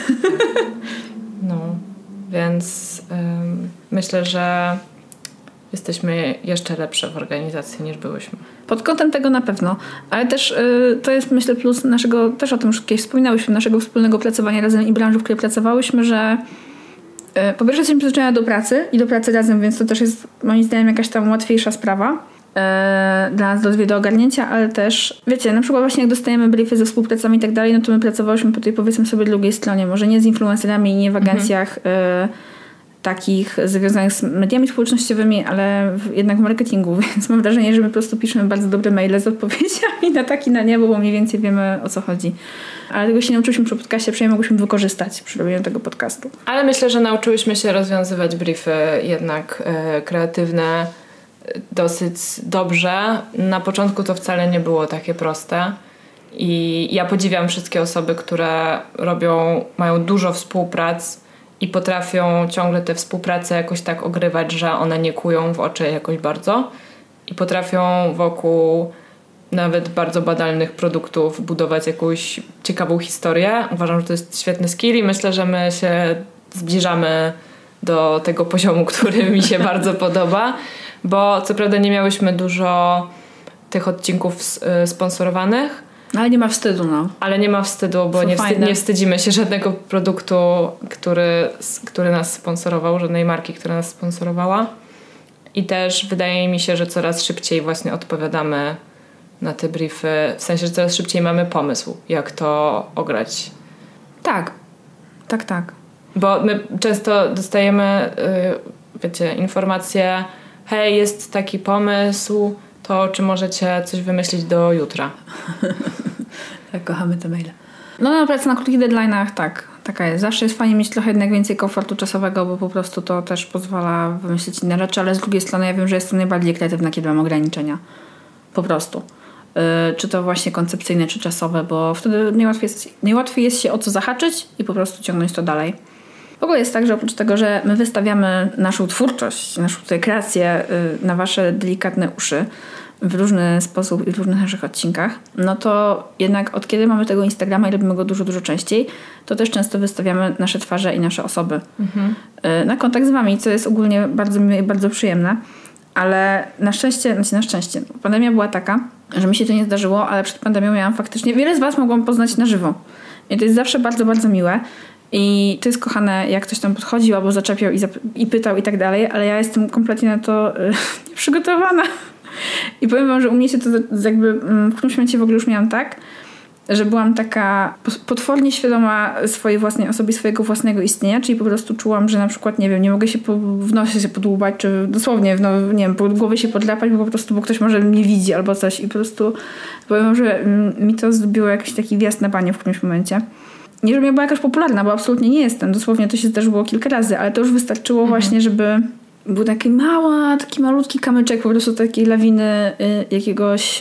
No, więc myślę, że jesteśmy jeszcze lepsze w organizacji niż byłyśmy.
Pod kątem tego na pewno, ale też to jest myślę plus naszego, też o tym już kiedyś wspominałyśmy, naszego wspólnego pracowania razem i branży, w której pracowałyśmy, że Po pierwsze jesteśmy przyzwyczajone do pracy i do pracy razem, więc to też jest moim zdaniem jakaś tam łatwiejsza sprawa dla nas do ogarnięcia, ale też, wiecie, na przykład właśnie jak dostajemy briefy ze współpracami i tak dalej, no to my pracowałyśmy po tej, powiedzmy sobie, drugiej stronie. Może nie z influencerami i nie w agencjach takich związanych z mediami społecznościowymi, ale jednak w marketingu, więc mam wrażenie, że my po prostu piszemy bardzo dobre maile z odpowiedziami na tak i na nie, bo mniej więcej wiemy, o co chodzi. Ale tego się nauczyliśmy przy podcastie, przynajmniej mogłyśmy wykorzystać przy robieniu tego podcastu.
Ale myślę, że nauczyłyśmy się rozwiązywać briefy jednak kreatywne dosyć dobrze. Na początku to wcale nie było takie proste i ja podziwiam wszystkie osoby, które mają dużo współprac i potrafią ciągle te współprace jakoś tak ogrywać, że one nie kują w oczy jakoś bardzo i potrafią wokół nawet bardzo banalnych produktów budować jakąś ciekawą historię. Uważam, że to jest świetny skill i myślę, że my się zbliżamy do tego poziomu, który mi się bardzo podoba, bo co prawda nie miałyśmy dużo tych odcinków sponsorowanych.
Ale nie ma wstydu, no.
Ale nie ma wstydu, bo nie wstydzimy się żadnego produktu, który nas sponsorował, żadnej marki, która nas sponsorowała. I też wydaje mi się, że coraz szybciej właśnie odpowiadamy na te briefy. W sensie, że coraz szybciej mamy pomysł, jak to ograć.
Tak. Tak.
Bo my często dostajemy, wiecie, informacje: hej, jest taki pomysł, to czy możecie coś wymyślić do jutra?
Tak, kochamy te maile. No, praca na krótkich deadline'ach, tak. Taka jest. Zawsze jest fajnie mieć trochę jednak więcej komfortu czasowego, bo po prostu to też pozwala wymyślić inne rzeczy, ale z drugiej strony ja wiem, że jestem najbardziej kreatywna, kiedy mam ograniczenia. Po prostu. Czy to właśnie koncepcyjne, czy czasowe, bo wtedy najłatwiej jest się o co zahaczyć i po prostu ciągnąć to dalej. W ogóle jest tak, że oprócz tego, że my wystawiamy naszą twórczość, naszą tutaj kreację na wasze delikatne uszy w różny sposób i w różnych naszych odcinkach, no to jednak od kiedy mamy tego Instagrama i robimy go dużo, dużo częściej, to też często wystawiamy nasze twarze i nasze osoby na kontakt z wami, co jest ogólnie bardzo miłe i bardzo przyjemne. Ale na szczęście, pandemia była taka, że mi się to nie zdarzyło, ale przed pandemią miałam faktycznie, wiele z was mogłam poznać na żywo. I to jest zawsze bardzo, bardzo miłe. I to jest kochane, jak ktoś tam podchodził albo zaczepiał i pytał i tak dalej, ale ja jestem kompletnie na to nieprzygotowana. I powiem wam, że u mnie się to jakby w którymś momencie w ogóle już miałam tak, że byłam taka potwornie świadoma swojej własnej osoby, swojego własnego istnienia, czyli po prostu czułam, że na przykład, nie wiem, nie mogę się w nosie się podłubać, czy dosłownie, nie wiem, po głowie się podlapać, bo po prostu, bo ktoś może mnie widzi albo coś i po prostu powiem wam, że mi to zrobiło jakiś taki wjazd na banie w którymś momencie. Nie, żebym ja była jakaś popularna, bo absolutnie nie jestem. Dosłownie to się zdarzyło kilka razy, ale to już wystarczyło właśnie, żeby był taki malutki kamyczek po prostu takiej lawiny jakiegoś...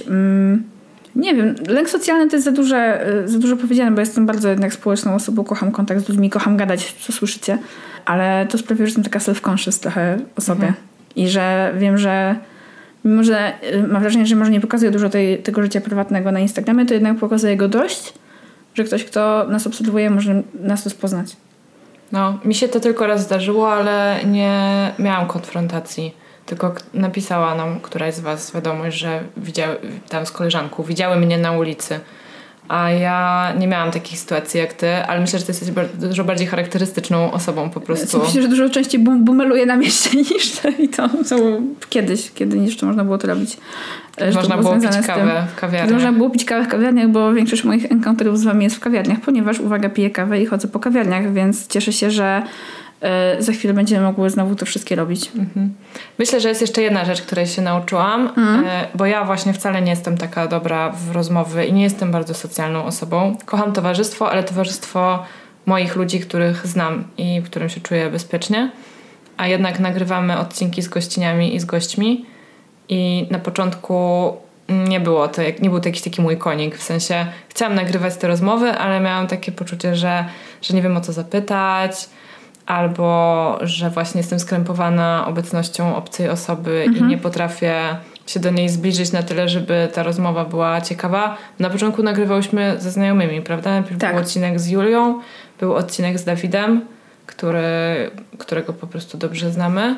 nie wiem, lęk socjalny to jest za dużo powiedziane, bo jestem bardzo jednak społeczną osobą, kocham kontakt z ludźmi, kocham gadać, co słyszycie, ale to sprawia, że jestem taka self-conscious trochę o sobie i że wiem, że mimo, że mam wrażenie, że może nie pokazuje dużo tego życia prywatnego na Instagramie, to jednak pokazuje go dość, że ktoś, kto nas obserwuje, może nas rozpoznać.
No, mi się to tylko raz zdarzyło, ale nie miałam konfrontacji. Tylko napisała nam któraś z was wiadomość, że tam z koleżanką widziały mnie na ulicy. A ja nie miałam takich sytuacji jak ty, ale myślę, że ty jesteś dużo bardziej charakterystyczną osobą po prostu.
Myślę, że dużo częściej bumeluję na mieście niż i to kiedyś, kiedy jeszcze można było to robić.
Można było pić kawę w kawiarniach.
Można było pić kawę w kawiarniach, bo większość moich encounterów z wami jest w kawiarniach, ponieważ, uwaga, piję kawę i chodzę po kawiarniach, więc cieszę się, że za chwilę będziemy mogły znowu to wszystkie robić.
Myślę, że jest jeszcze jedna rzecz, której się nauczyłam, bo ja właśnie wcale nie jestem taka dobra w rozmowy i nie jestem bardzo socjalną osobą. Kocham towarzystwo, ale towarzystwo moich ludzi, których znam i w którym się czuję bezpiecznie. A jednak nagrywamy odcinki z gościniami i z gośćmi i na początku nie był to jakiś taki mój konik. W sensie chciałam nagrywać te rozmowy, ale miałam takie poczucie, że nie wiem o co zapytać, albo że właśnie jestem skrępowana obecnością obcej osoby i nie potrafię się do niej zbliżyć na tyle, żeby ta rozmowa była ciekawa. Na początku nagrywałyśmy ze znajomymi, prawda? Najpierw był odcinek z Julią, był odcinek z Dawidem, którego po prostu dobrze znamy.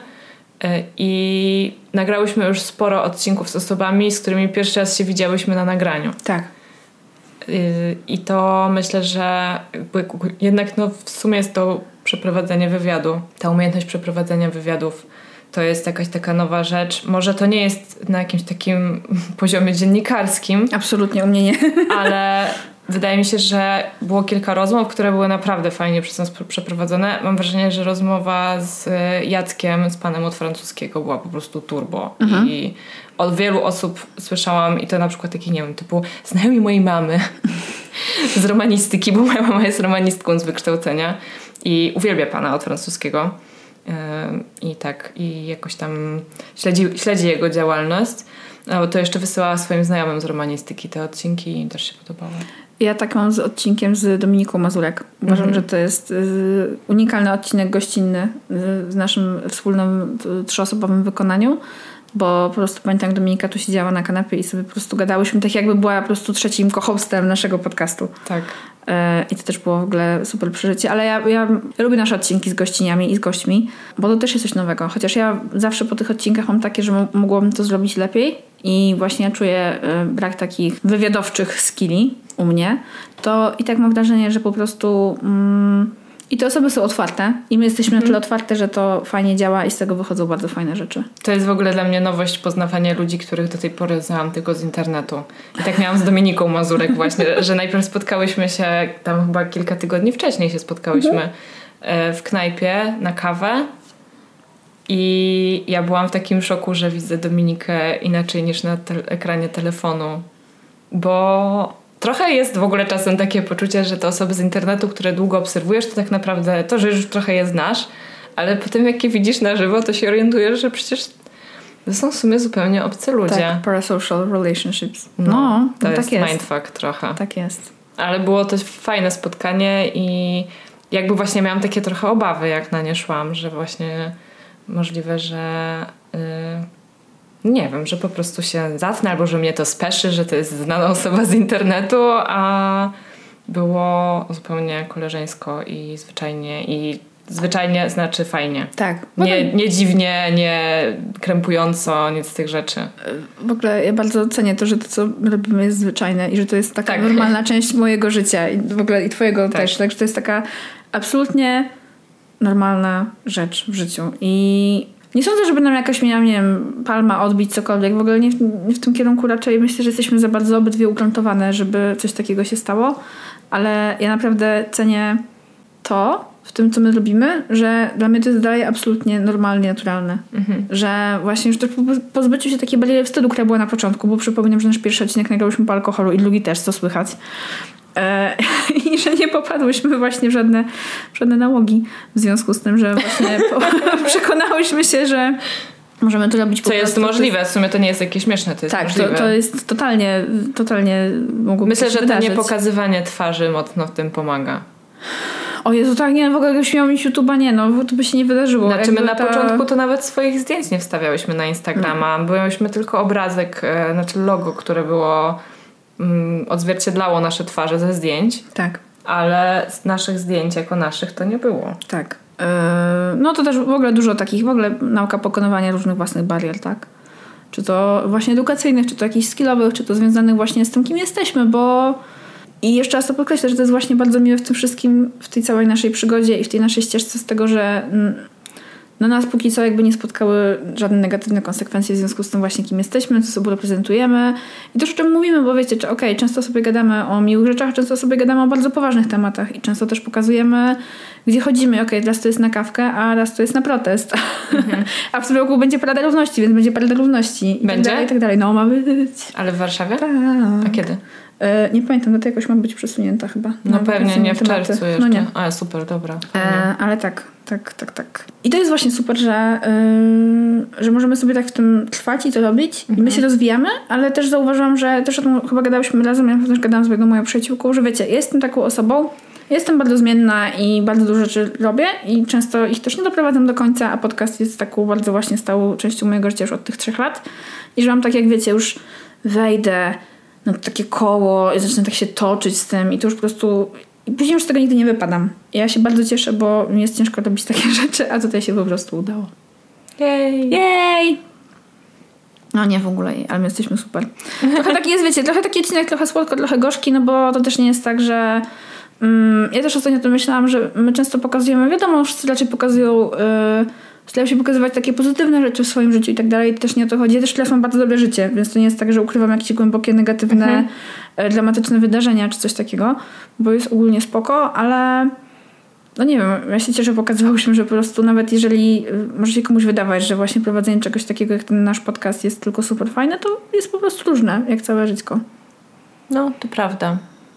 I nagrałyśmy już sporo odcinków z osobami, z którymi pierwszy raz się widziałyśmy na nagraniu.
Tak.
I to myślę, że jednak w sumie jest to przeprowadzenie wywiadu. Ta umiejętność przeprowadzenia wywiadów to jest jakaś taka nowa rzecz. Może to nie jest na jakimś takim poziomie dziennikarskim.
Absolutnie, u mnie nie.
Ale wydaje mi się, że było kilka rozmów, które były naprawdę fajnie przez nas przeprowadzone. Mam wrażenie, że rozmowa z Jackiem, z panem od francuskiego była po prostu turbo. I od wielu osób słyszałam, i to na przykład taki, nie wiem, typu znajomi mojej mamy z romanistyki, bo moja mama jest romanistką z wykształcenia i uwielbia pana od francuskiego. I tak, i jakoś tam śledzi jego działalność. No, bo to jeszcze wysyłała swoim znajomym z romanistyki te odcinki i też się podobało.
Ja tak mam z odcinkiem z Dominiką Mazurek. Uważam, że to jest unikalny odcinek gościnny w naszym wspólnym 3-osobowym wykonaniu, bo po prostu pamiętam, jak Dominika tu siedziała na kanapie i sobie po prostu gadałyśmy, tak jakby była po prostu trzecim co-hostem naszego podcastu.
Tak.
I to też było w ogóle super przeżycie, ale ja lubię nasze odcinki z gościniami i z gośćmi, bo to też jest coś nowego, chociaż ja zawsze po tych odcinkach mam takie, że mogłabym to zrobić lepiej i właśnie ja czuję brak takich wywiadowczych skilli u mnie, to i tak mam wrażenie, że po prostu i te osoby są otwarte i my jesteśmy na tyle otwarte, że to fajnie działa i z tego wychodzą bardzo fajne rzeczy.
To jest w ogóle dla mnie nowość, poznawanie ludzi, których do tej pory znałam tylko z internetu. I tak miałam z Dominiką Mazurek właśnie, że najpierw spotkałyśmy się, tam chyba kilka tygodni wcześniej się spotkałyśmy w knajpie na kawę i ja byłam w takim szoku, że widzę Dominikę inaczej niż na ekranie telefonu, bo trochę jest w ogóle czasem takie poczucie, że te osoby z internetu, które długo obserwujesz, to tak naprawdę to, że już trochę je znasz, ale potem jak je widzisz na żywo, to się orientujesz, że przecież to są w sumie zupełnie obcy ludzie.
Tak, parasocial relationships.
To
tak
jest
jest.
mindfuck trochę.
Tak jest.
Ale było to fajne spotkanie i jakby właśnie miałam takie trochę obawy, jak na nie szłam, że właśnie możliwe, że nie wiem, że po prostu się zatnę albo że mnie to speszy, że to jest znana osoba z internetu, a było zupełnie koleżeńsko i zwyczajnie znaczy fajnie.
Tak.
Nie dziwnie, nie krępująco, nic z tych rzeczy.
W ogóle ja bardzo cenię to, że to, co robimy, jest zwyczajne i że to jest taka normalna część mojego życia i w ogóle i twojego też. Także to jest taka absolutnie normalna rzecz w życiu. I nie sądzę, żeby nam jakaś miała, nie wiem, palma odbić cokolwiek. W ogóle nie w tym kierunku raczej. Myślę, że jesteśmy za bardzo obydwie ugruntowane, żeby coś takiego się stało. Ale ja naprawdę cenię to w tym, co my robimy, że dla mnie to jest dalej absolutnie normalnie, naturalne. Że właśnie już to po pozbyciu się takiej bariery wstydu, która była na początku, bo przypominam, że nasz pierwszy odcinek nagrałyśmy po alkoholu i drugi też, co słychać. I że nie popadłyśmy właśnie w żadne nałogi w związku z tym, że właśnie przekonałyśmy się, że możemy to robić po
prostu. Co jest możliwe, w sumie to nie jest jakieś śmieszne, to jest możliwe.
To jest totalnie mogłoby
Myślę, że
wydarzyć.
to niepokazywanie twarzy mocno w tym pomaga.
O Jezu, tak, nie, w ogóle jakbyś miał mieć YouTube'a, nie, no to by się nie wydarzyło.
Znaczy my na początku to nawet swoich zdjęć nie wstawiałyśmy na Instagrama. Byłyśmy tylko obrazek, znaczy logo, które było odzwierciedlało nasze twarze ze zdjęć.
Tak.
Ale z naszych zdjęć jako naszych to nie było.
Tak. No to też w ogóle dużo takich, w ogóle nauka pokonywania różnych własnych barier, tak? Czy to właśnie edukacyjnych, czy to jakichś skillowych, czy to związanych właśnie z tym, kim jesteśmy, bo i jeszcze raz to podkreślę, że to jest właśnie bardzo miłe w tym wszystkim, w tej całej naszej przygodzie i w tej naszej ścieżce z tego, że na nas póki co jakby nie spotkały żadne negatywne konsekwencje w związku z tym właśnie, kim jesteśmy, co sobie reprezentujemy i też o czym mówimy, bo wiecie, często sobie gadamy o miłych rzeczach, często sobie gadamy o bardzo poważnych tematach i często też pokazujemy, gdzie chodzimy. Raz to jest na kawkę, a raz to jest na protest. A w tym roku będzie Parada Równości, więc będzie Parada Równości.
Będzie?
I tak dalej. No, ma być.
Ale w Warszawie?
Tak.
A kiedy?
Nie pamiętam, data jakoś ma być przesunięta chyba.
No pewnie, nie w czerwcu jeszcze.
No nie.
Ale super, dobra.
Ale tak. I to jest właśnie super, że możemy sobie tak w tym trwać i to robić. I my się rozwijamy, ale też zauważyłam, że też o tym chyba gadałyśmy razem, ja też gadałam z moją przyjaciółką, że wiecie, jestem taką osobą, jestem bardzo zmienna i bardzo dużo rzeczy robię i często ich też nie doprowadzam do końca, a podcast jest taką bardzo właśnie stałą częścią mojego życia już od tych 3 lat. I że mam tak, jak wiecie, już wejdę na takie koło i zacznę tak się toczyć z tym i to już po prostu... I później już z tego nigdy nie wypadam. Ja się bardzo cieszę, bo mi jest ciężko robić takie rzeczy, a tutaj się po prostu udało. Jej! No nie w ogóle, ale my jesteśmy super. Trochę taki jest, wiecie, trochę taki odcinek, trochę słodko, trochę gorzki, no bo to też nie jest tak, że Ja też ostatnio to myślałam, że my często pokazujemy, wiadomo, wszyscy raczej pokazują, starają się pokazywać takie pozytywne rzeczy w swoim życiu i tak dalej. Też nie o to chodzi. Ja też teraz mam bardzo dobre życie, więc to nie jest tak, że ukrywam jakieś głębokie, negatywne, dramatyczne wydarzenia czy coś takiego, bo jest ogólnie spoko, ale no nie wiem, ja się cieszę, że pokazywałyśmy, że po prostu nawet jeżeli może się komuś wydawać, że właśnie prowadzenie czegoś takiego jak ten nasz podcast jest tylko super fajne, to jest po prostu różne, jak całe żyćko.
No, to prawda.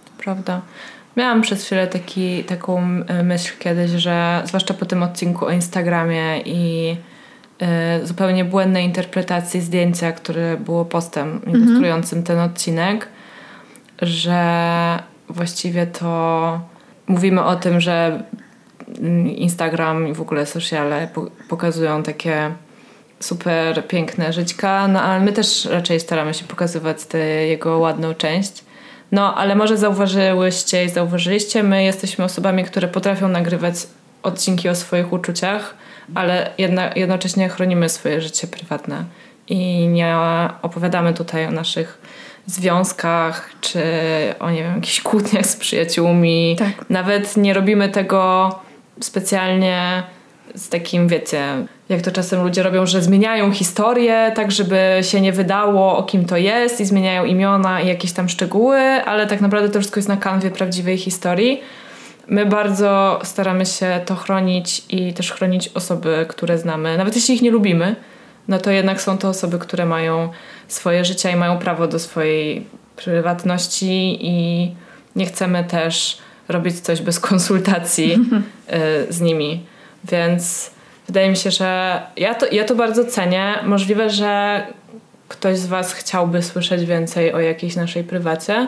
Miałam przez chwilę taką myśl kiedyś, że zwłaszcza po tym odcinku o Instagramie i zupełnie błędnej interpretacji zdjęcia, które było postem ilustrującym ten odcinek, że właściwie to mówimy o tym, że Instagram i w ogóle sociale pokazują takie super piękne żyćka, no ale my też raczej staramy się pokazywać tę jego ładną część. No, ale może zauważyliście, my jesteśmy osobami, które potrafią nagrywać odcinki o swoich uczuciach, ale jednocześnie chronimy swoje życie prywatne i nie opowiadamy tutaj o naszych związkach, czy o, nie wiem, jakichś kłótniach z przyjaciółmi.
Tak.
Nawet nie robimy tego specjalnie z takim, wiecie, jak to czasem ludzie robią, że zmieniają historię, tak żeby się nie wydało, o kim to jest, i zmieniają imiona i jakieś tam szczegóły, ale tak naprawdę to wszystko jest na kanwie prawdziwej historii. My bardzo staramy się to chronić i też chronić osoby, które znamy. Nawet jeśli ich nie lubimy, no to jednak są to osoby, które mają swoje życia i mają prawo do swojej prywatności i nie chcemy też robić coś bez konsultacji z nimi. Więc wydaje mi się, że ja to bardzo cenię. Możliwe, że ktoś z was chciałby słyszeć więcej o jakiejś naszej prywacie,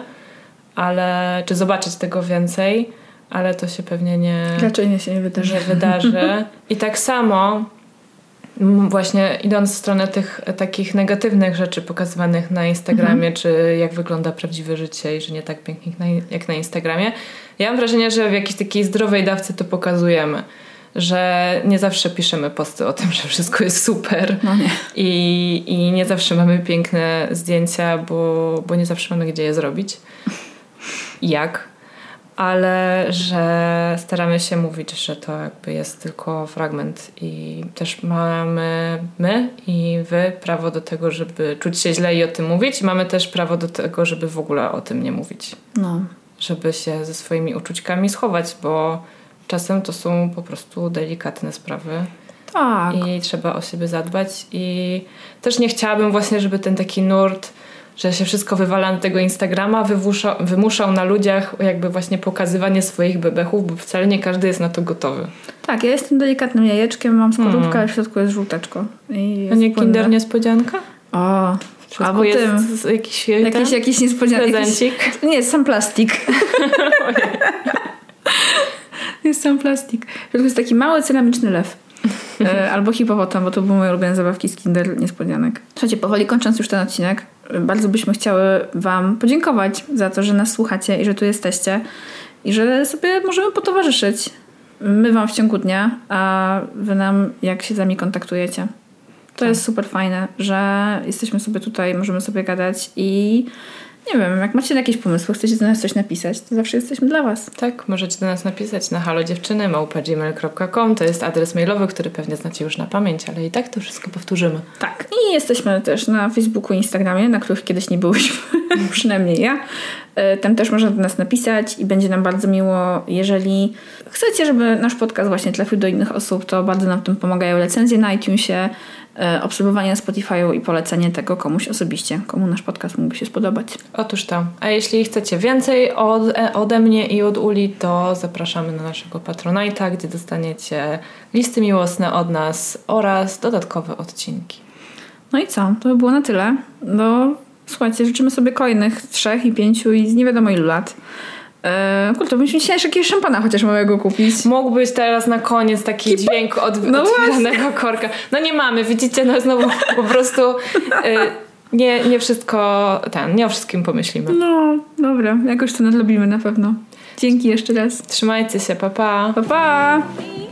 czy zobaczyć tego więcej, ale to się pewnie
raczej nie się nie
wydarzy. I tak samo właśnie idąc w stronę tych takich negatywnych rzeczy pokazywanych na Instagramie, czy jak wygląda prawdziwe życie i że nie tak pięknie jak na Instagramie, ja mam wrażenie, że w jakiejś takiej zdrowej dawce to pokazujemy. Że nie zawsze piszemy posty o tym, że wszystko jest super.
No nie.
I nie zawsze mamy piękne zdjęcia, bo nie zawsze mamy gdzie je zrobić. Jak? Ale że staramy się mówić, że to jakby jest tylko fragment i też mamy my i wy prawo do tego, żeby czuć się źle i o tym mówić, i mamy też prawo do tego, żeby w ogóle o tym nie mówić.
No.
Żeby się ze swoimi uczuciami schować, bo czasem to są po prostu delikatne sprawy.
Tak.
I trzeba o siebie zadbać. I też nie chciałabym właśnie, żeby ten taki nurt, że się wszystko wywala na tego Instagrama, wymuszał na ludziach jakby właśnie pokazywanie swoich bebechów, bo wcale nie każdy jest na to gotowy.
Tak, ja jestem delikatnym jajeczkiem, mam skorupkę, a w środku jest żółteczko.
A nie Kinder niespodzianka?
O,
albo jest
jakiś niespodzianek.
Prezencik?
Nie, jest sam plastik. Jest sam plastik. To jest taki mały ceramiczny lew. Albo hipopotam, bo to były moje ulubione zabawki z Kinder niespodzianek. Słuchajcie, powoli kończąc już ten odcinek, bardzo byśmy chciały wam podziękować za to, że nas słuchacie i że tu jesteście i że sobie możemy potowarzyszyć. My wam w ciągu dnia, a wy nam, jak się z nami kontaktujecie. To jest super fajne, że jesteśmy sobie tutaj, możemy sobie gadać i nie wiem, jak macie jakieś pomysły, chcecie do nas coś napisać, to zawsze jesteśmy dla was.
Tak, możecie do nas napisać na halodziewczyny@gmail.com. To jest adres mailowy, który pewnie znacie już na pamięć, ale i tak to wszystko powtórzymy.
Tak. I jesteśmy też na Facebooku i Instagramie, na których kiedyś nie byłyśmy, przynajmniej ja. Tam też można do nas napisać i będzie nam bardzo miło, jeżeli chcecie, żeby nasz podcast właśnie trafił do innych osób, to bardzo nam w tym pomagają recenzje na iTunesie, obserwowanie na Spotify'u i polecenie tego komuś osobiście, komu nasz podcast mógłby się spodobać.
Otóż to. A jeśli chcecie więcej ode mnie i od Uli, to zapraszamy na naszego Patronite'a, gdzie dostaniecie listy miłosne od nas oraz dodatkowe odcinki.
No i co? To by było na tyle. No, słuchajcie, życzymy sobie kolejnych 3 i 5 i nie wiadomo ilu lat. Kurczę, byśmy dzisiaj jeszcze jakiegoś szampana chociaż małego kupić.
Mógłbyś teraz na koniec taki dźwięk otwieranego korka. No nie mamy, widzicie, no znowu po prostu nie wszystko, nie o wszystkim pomyślimy.
No, dobra, jakoś to nadrobimy na pewno. Dzięki jeszcze raz.
Trzymajcie się, pa pa.
Pa, pa.